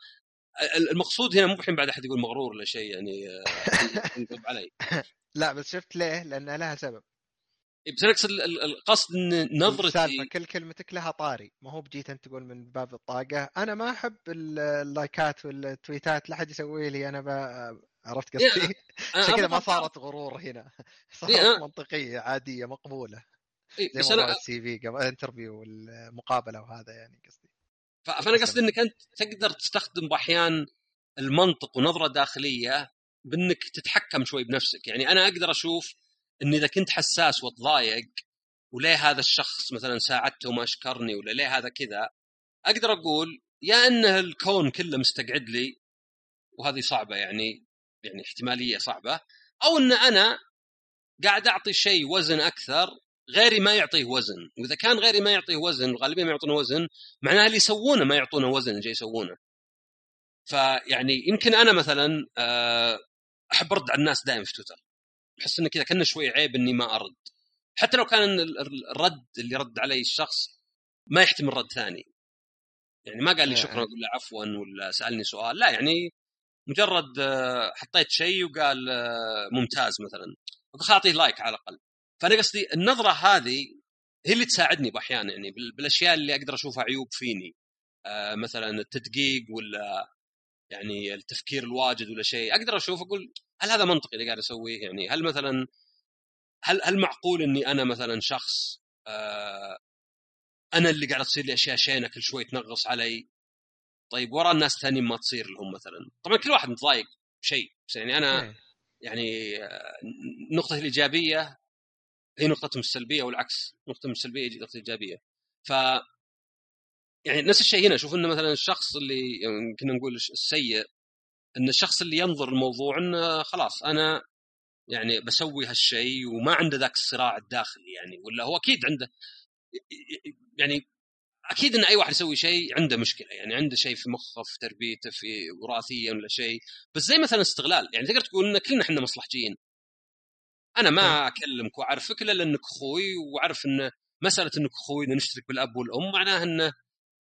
فالمقصود هنا مو الحين بعد احد يقول مغرور ولا شيء يعني ينقب علي. لا بس شفت ليه؟ لأنها لها سبب. بس انا اقصد القصد ان السالفة نظرتي كل كلمتك لها طاري، ما هو بجيت أنت تقول من باب الطاقة أنا ما أحب اللايكات والتويتات لا حد يسوي لي أنا عرفت قصدي؟ عشان كذا ما صارت غرور هنا، صارت منطقية عادية مقبولة، زي بس انا موضوع السي في قبل انترفيو والمقابلة وهذا يعني قصدي. فانا قصدي انك انت تقدر تستخدم باحيان المنطق ونظره داخليه بانك تتحكم شوي بنفسك. يعني انا اقدر اشوف ان اذا كنت حساس وتضايق وليه هذا الشخص مثلا ساعدته وما اشكرني ولا ليه هذا كذا، اقدر اقول يا انه الكون كله مستقعد لي وهذه صعبه يعني احتماليه صعبه، او ان انا قاعد اعطي شيء وزن اكثر غيري ما يعطيه وزن. واذا كان غيري ما يعطيه وزن الغالبيه ما يعطونه وزن، معناه اللي يسوونه ما يعطونه وزن جاي يسوونه. فيعني يمكن انا مثلا احب ارد على الناس دائما في تويتر، احس انه كذا كأنه شوي عيب اني ما ارد، حتى لو كان الرد اللي رد علي الشخص ما يحتمل رد ثاني. يعني ما قال لي شكرا اقول له عفوا ولا سالني سؤال، لا يعني مجرد حطيت شيء وقال ممتاز مثلا اعطيه لايك على الاقل. فانا قصدي النظره هذه هي اللي تساعدني باحيان يعني بالاشياء اللي اقدر اشوفها عيوب فيني، مثلا التدقيق ولا يعني التفكير الواجد ولا شيء، اقدر اشوف اقول هل هذا منطقي اللي قاعد اسويه؟ يعني هل مثلا هل معقول اني انا مثلا شخص انا اللي قاعد تصير لي اشياء شينه كل شوي تنغص علي، طيب ورا الناس ثانيين ما تصير لهم مثلا؟ طبعا كل واحد متضايق شيء، بس يعني انا يعني نقطة الإيجابية هي نقطتهم السلبية والعكس، نقطتهم السلبية هي نقطة الإيجابية. ف يعني نفس الشيء هنا، شوف إنه مثلا الشخص اللي يعني كنا نقول السيء، إن الشخص اللي ينظر الموضوع إنه خلاص أنا يعني بسوي هالشيء وما عنده ذاك الصراع الداخلي، يعني ولا هو أكيد عنده يعني أكيد إن أي واحد يسوي شيء عنده مشكلة، يعني عنده شيء في مخه في تربيته في وراثيا ولا شيء. بس زي مثلا استغلال، يعني تقدر تقول إن كلنا إحنا مصلحجيين، انا ما اكلمك واعرفك الا لانك اخوي، واعرف ان مساله انك اخوي اذا نشترك بالاب والام معناه انه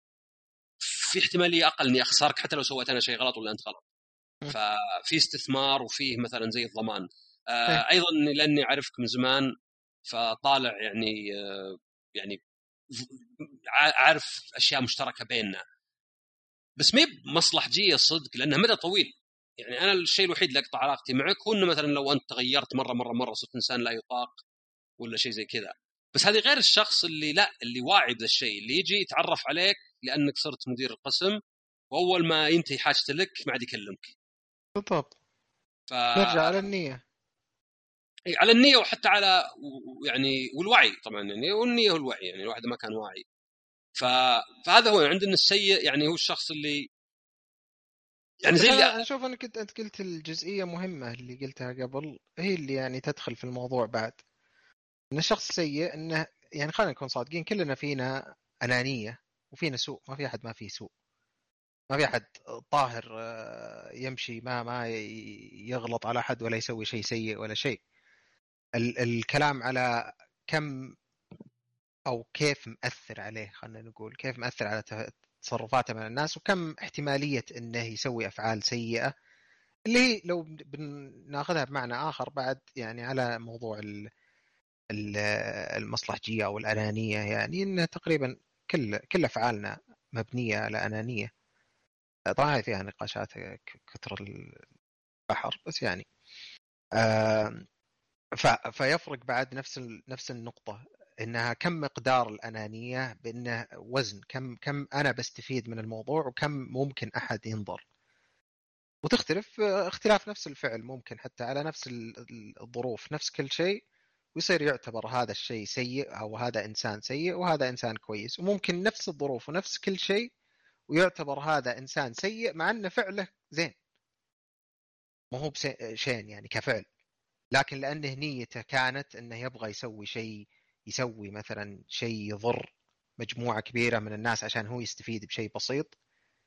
في احتماليه اقل اني اخسرك حتى لو سويت انا شيء غلط ولا انت غلط. ففي استثمار وفيه مثلا زي الضمان. ايضا لاني اعرفك من زمان فطالع يعني يعني عارف اشياء مشتركه بيننا، بس ما مصلحجيه صدق لانها مدى طويل. يعني انا الشيء الوحيد اللي اقطع علاقتي معك هو انه مثلا لو انت تغيرت مره صرت انسان لا يطاق ولا شيء زي كذا. بس هذه غير الشخص اللي لا، اللي واعي بذا الشيء، اللي يجي يتعرف عليك لانك صرت مدير القسم، واول ما ينتهي حاجته لك ما عاد يكلمك. بالضبط. ف نرجع على النية. على النية وحتى على يعني والوعي طبعا، يعني والنية والوعي، يعني الواحد ما كان واعي. فهذا هو عندنا السيء، يعني هو الشخص اللي يعني بس زي اللي أنا أشوف أنك أنت قلت الجزئية مهمة اللي قلتها قبل، هي اللي يعني تدخل في الموضوع بعد. إن الشخص السيء إنه يعني خلينا نكون صادقين، كلنا فينا أنانية وفينا سوء، ما في أحد ما فيه سوء، ما في أحد طاهر يمشي ما يغلط على أحد ولا يسوي شيء سيء ولا شيء. الكلام على كم أو كيف مأثر عليه، خلينا نقول كيف مأثر على تصرفاته من الناس، وكم احتمالية إنه يسوي أفعال سيئة، اللي هي لو بناخذها بمعنى آخر بعد يعني على موضوع المصلحجية أو الأنانية، يعني إنه تقريبا كل أفعالنا مبنية على أنانية. طبعا فيها نقاشات كثر البحر، بس يعني فيفرق بعد نفس النقطة، إنها كم مقدار الأنانية، بأنه وزن كم أنا بستفيد من الموضوع وكم ممكن أحد ينظر. وتختلف اختلاف نفس الفعل ممكن حتى على نفس الظروف، نفس كل شيء، ويصير يعتبر هذا الشيء سيء أو هذا إنسان سيء وهذا إنسان كويس. وممكن نفس الظروف ونفس كل شيء ويعتبر هذا إنسان سيء مع أن فعله زين، ما هو شين يعني كفعل، لكن لأنه نيته كانت أنه يبغى يسوي شيء، يسوي مثلا شيء يضر مجموعة كبيرة من الناس عشان هو يستفيد بشيء بسيط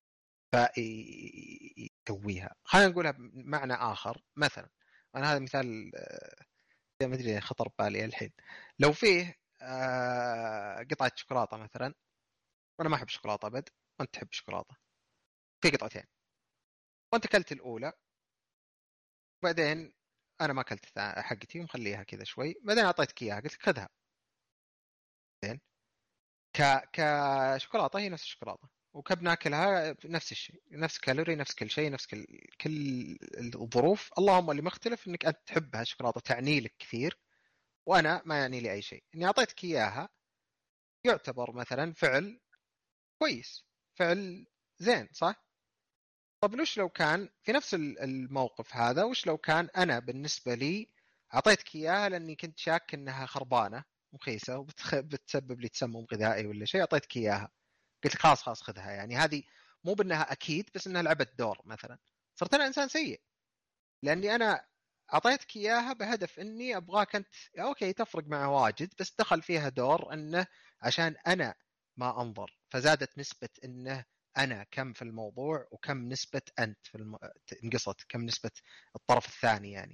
فيسويها. خلينا نقولها بمعنى آخر، مثلا أنا هذا مثال ما أدري خطر بالي الحين. لو فيه قطعة شوكولاتة مثلا، وأنا ما أحب الشوكولاتة أبد وأنت تحب الشوكولاتة، في قطعتين وأنت أكلت الأولى، وبعدين أنا ما أكلت حقتي ومخليها كذا شوي، بعدين أعطيتك إياها قلت لك خذها. زين، كشوكولاته هي نفس الشوكولاته، وكبناكلها نفس الشيء، نفس كالوري، نفس كل شيء، نفس كل الظروف. اللهم اللي مختلف انك انت تحبها الشوكولاته، تعني لك كثير، وانا ما يعني لي اي شيء. اني اعطيتك اياها يعتبر مثلا فعل كويس، فعل زين، صح؟ طب وش لو كان في نفس الموقف هذا، وش لو كان انا بالنسبه لي اعطيتك اياها لاني كنت شاك انها خربانه مخيسه وبتسبب لي تسمم غذائي ولا شيء، اعطيتك اياها قلت لك خلاص خذها، يعني هذه مو بانها اكيد بس انها لعبت دور مثلا، صرت انا انسان سيء لاني انا اعطيتك اياها بهدف اني ابغاك انت. اوكي تفرق معه واجد، بس دخل فيها دور انه عشان انا ما انظر، فزادت نسبة انه انا كم في الموضوع وكم نسبة انت في انقصت كم نسبة الطرف الثاني يعني.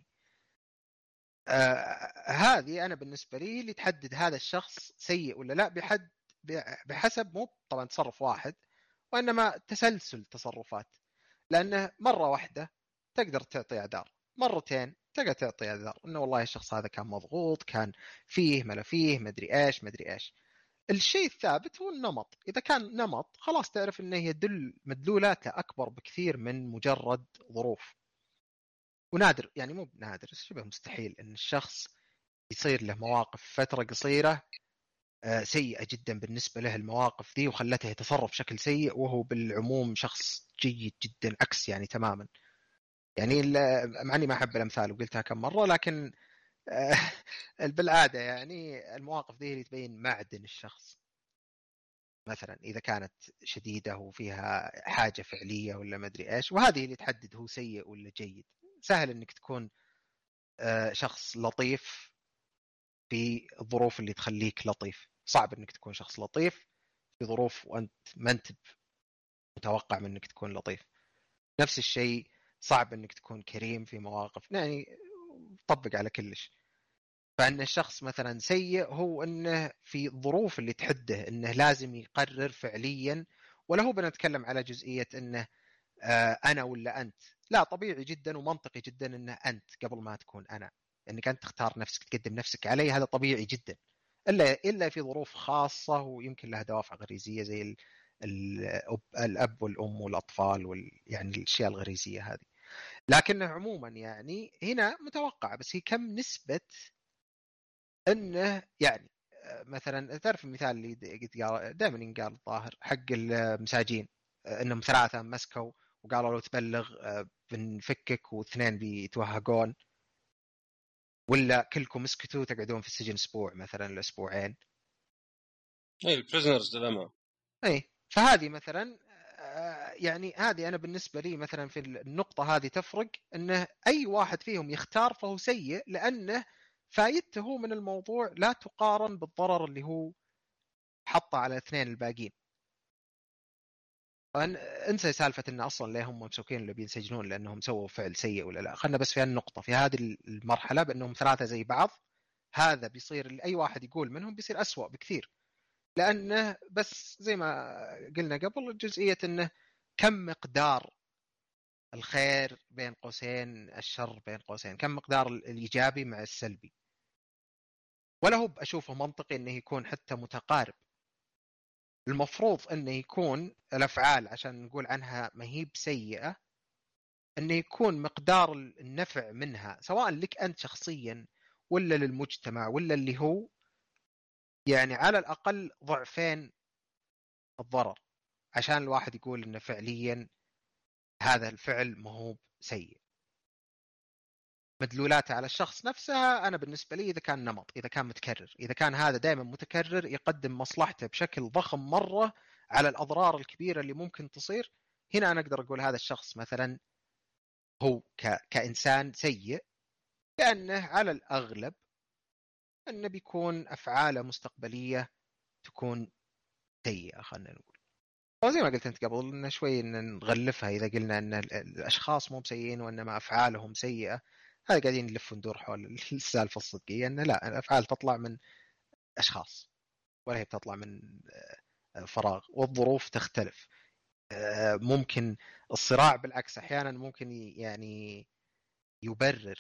هذه انا بالنسبة لي اللي تحدد هذا الشخص سيء ولا لا، بحسب مو طبعا تصرف واحد، وإنما تسلسل تصرفات. لأنه مرة واحدة تقدر تعطي أعذار، مرتين تقدر تعطي أعذار إنه والله الشخص هذا كان مضغوط، كان فيه ما لا فيه مدري إيش مدري إيش. الشيء الثابت هو النمط، إذا كان نمط خلاص تعرف إنه يدل مدلولاته أكبر بكثير من مجرد ظروف. ونادر يعني مو نادر، شبه مستحيل إن الشخص يصير له مواقف فترة قصيرة سيئة جدا بالنسبة له المواقف ذي وخلته يتصرف بشكل سيء، وهو بالعموم شخص جيد جدا، عكس يعني تماما. يعني مع اني ما احب الامثال وقلتها كم مرة، لكن بالعادة يعني المواقف ذي اللي تبين معدن الشخص. مثلا اذا كانت شديدة وفيها حاجة فعلية ولا ما ادري ايش، وهذه اللي تحدد هو سيء ولا جيد. سهل انك تكون شخص لطيف في الظروف اللي تخليك لطيف، صعب انك تكون شخص لطيف في ظروف وانت ما انت متوقع منك تكون لطيف. نفس الشيء صعب انك تكون كريم في مواقف، يعني طبق على كلش. فان الشخص مثلا سيء هو انه في الظروف اللي تحده انه لازم يقرر فعليا، ولا هو بنتكلم على جزئية انه انا ولا انت، لا طبيعي جدا ومنطقي جدا انه انت قبل ما تكون انا، انك انت تختار نفسك تقدم نفسك علي، هذا طبيعي جدا. الا في ظروف خاصه ويمكن لها دوافع غريزيه زي الاب والام والاطفال يعني الاشياء الغريزيه هذه. لكن عموما يعني هنا متوقع، بس هي كم نسبه انه يعني مثلا تعرف المثال اللي دائما ينقال الظاهر حق المساجين، انهم ثلاثه مسكوا وقالوا لو تبلغ بنفكك واثنين بيتوهقون، ولا كلكم اسكتوا تقعدون في السجن اسبوع مثلا لاسبوعين. اي البريزنرز ديليما. اي فهذه مثلا يعني هذه انا بالنسبه لي مثلا في النقطه هذه تفرق، انه اي واحد فيهم يختار فهو سيء، لانه فايدته من الموضوع لا تقارن بالضرر اللي هو حطه على الاثنين الباقيين. انسى سالفه ان اصلا ليه هم ممسوكين اللي بينسجنون لانهم سووا فعل سيء ولا لا، خلنا بس في هالنقطه في هذه المرحله بانهم ثلاثه زي بعض، هذا بيصير اي واحد يقول منهم بيصير أسوأ بكثير، لانه بس زي ما قلنا قبل جزئيه انه كم مقدار الخير بين قوسين الشر بين قوسين، كم مقدار الايجابي مع السلبي، ولا هو اشوفه منطقي انه يكون حتى متقارب. المفروض انه يكون الافعال عشان نقول عنها ما هي بسيئه، انه يكون مقدار النفع منها سواء لك انت شخصيا ولا للمجتمع ولا اللي هو يعني على الاقل ضعفين الضرر، عشان الواحد يقول انه فعليا هذا الفعل ما هو سيء. مدلولاته على الشخص نفسها انا بالنسبه لي اذا كان نمط، اذا كان متكرر، اذا كان هذا دائما متكرر يقدم مصلحته بشكل ضخم مره على الاضرار الكبيره اللي ممكن تصير، هنا انا اقدر اقول هذا الشخص مثلا هو كانسان سيء، لانه على الاغلب انه بيكون افعاله مستقبليه تكون سيئه. خلينا نقول وزي ما قلت انت قبل ان شوي ان نغلفها اذا قلنا ان الاشخاص مو سيئين وانما افعالهم سيئه، هذا قاعدين نلف وندور حول السالفه الصدقيه ان لا، الافعال تطلع من اشخاص ولا هي بتطلع من فراغ، والظروف تختلف. ممكن الصراع بالعكس احيانا ممكن يعني يبرر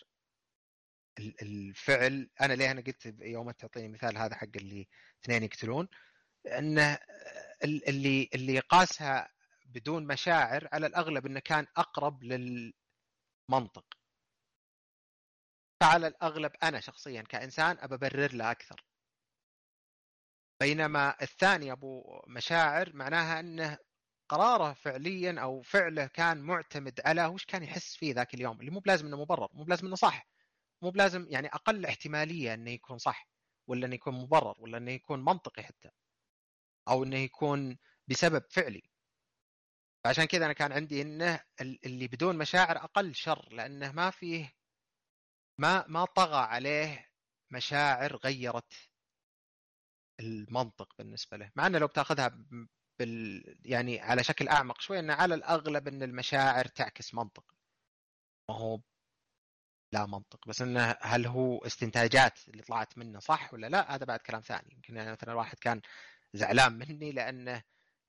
الفعل. انا ليه انا قلت يوم تعطيني مثال هذا حق اللي اثنين يقتلون، انه اللي قاسها بدون مشاعر على الاغلب انه كان اقرب للمنطق، فعلى الاغلب انا شخصيا كانسان ابرر له اكثر، بينما الثاني ابو مشاعر معناها انه قراره فعليا او فعله كان معتمد على وش كان يحس فيه ذاك اليوم، اللي مو بلازم انه مبرر، مو بلازم انه صح، مو بلازم يعني اقل احتماليه انه يكون صح ولا انه يكون مبرر ولا انه يكون منطقي حتى، او انه يكون بسبب فعلي. فعشان كذا انا كان عندي انه اللي بدون مشاعر اقل شر، لانه ما فيه ما طغى عليه مشاعر غيرت المنطق بالنسبه له، مع انه لو بتاخذها يعني على شكل اعمق شوي انه على الاغلب ان المشاعر تعكس منطق، ما هو لا منطق، بس انه هل هو استنتاجات اللي طلعت منه صح ولا لا هذا بعد كلام ثاني. يمكن يعني مثلا واحد كان زعلان مني لانه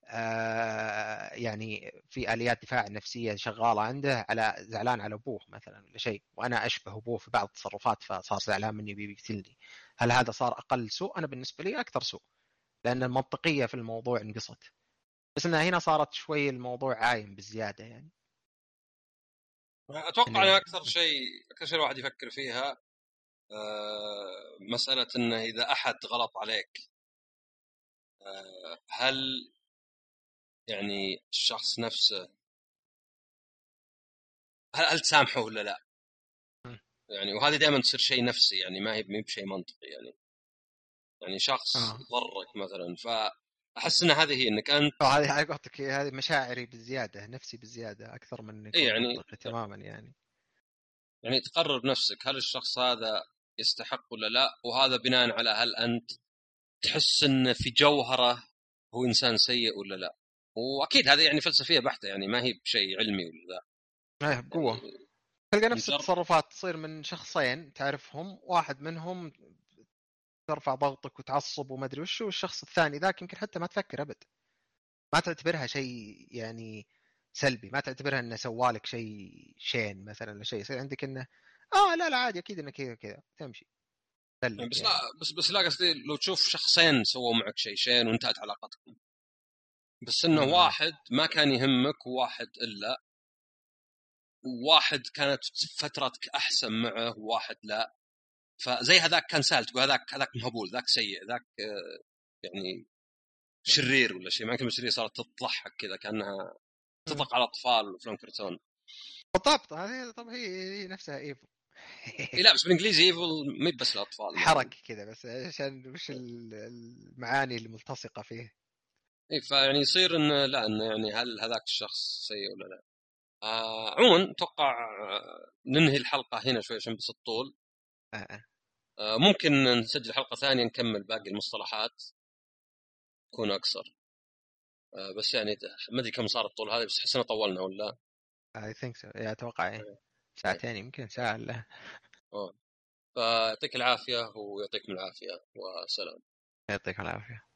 يعني في اليات دفاع نفسيه شغاله عنده، على زعلان على ابوه مثلا ولا شيء، وانا اشبه ابوه في بعض التصرفات فصار زعلان مني بيقتلني. هل هذا صار اقل سوء؟ انا بالنسبه لي اكثر سوء، لان المنطقيه في الموضوع انقصت، بس انها هنا صارت شوي الموضوع عايم بزياده يعني. اتوقع ان إنه اكثر شيء الواحد يفكر فيها مساله انه اذا احد غلط عليك هل يعني الشخص نفسه هل تسامحه ولا لا؟ يعني وهذه دائما تصير شيء نفسي، يعني ما هي بشيء منطقي. يعني شخص اه ضرك مثلا، فاحس ان هذه هي انك انت هذه على قولتك هذه مشاعري بالزياده، نفسي بالزياده اكثر من انه يكون يعني منطقي تماما يعني. تقرر بنفسك هل الشخص هذا يستحق ولا لا، وهذا بناء على هل انت تحس ان في جوهره هو انسان سيء ولا لا. واكيد هذا يعني فلسفيه بحته، يعني ما هي بشيء علمي ولا لا. ايه بقوه يعني تلقى نفس مجرد التصرفات تصير من شخصين تعرفهم، واحد منهم ترفع ضغطك وتعصب وما ادري وش، والشخص الثاني ذاك يمكن حتى ما تفكر ابد، ما تعتبرها شيء يعني سلبي، ما تعتبرها انه سوالك شيء شين مثلا ولا شيء، يصير عندك انه لا لا عادي اكيد انه كذا كذا تمشي. تسلك بس يعني. لا بس لا قصدي لو تشوف شخصين سووا معك شيء وانتهت علاقتكم، بس انه واحد ما كان يهمك وواحد الا، وواحد كانت فترتك احسن معه وواحد لا، فزي هذاك كان سهل تقول هذاك مهبول، ذاك سيء، ذاك يعني شرير ولا شيء، ما كان شرير، صارت تضحك كذا كانها تطلق على اطفال وفلان كرتون. بالضبط، هذه طب هي نفسها ايفل. اي لا بس بالانجليزي ايفل مي بس الاطفال حركة كذا بس عشان وش المعاني الملتصقة فيه. اي فيعني يصير انه لا انه يعني هل هذاك الشخص سيء ولا لا. عموما اتوقع ننهي الحلقه هنا شوي عشان بس الطول. آه. ممكن نسجل حلقه ثانيه نكمل باقي المصطلحات تكون اقصر. بس يعني ما ادري كم صار الطول هذا، بس حسنا طولنا ولا. I think so. اتوقع ايه إيه. ساعتين يمكن ساعة لا. فيعطيك العافيه ويعطيكم العافيه وسلام. يعطيك العافية.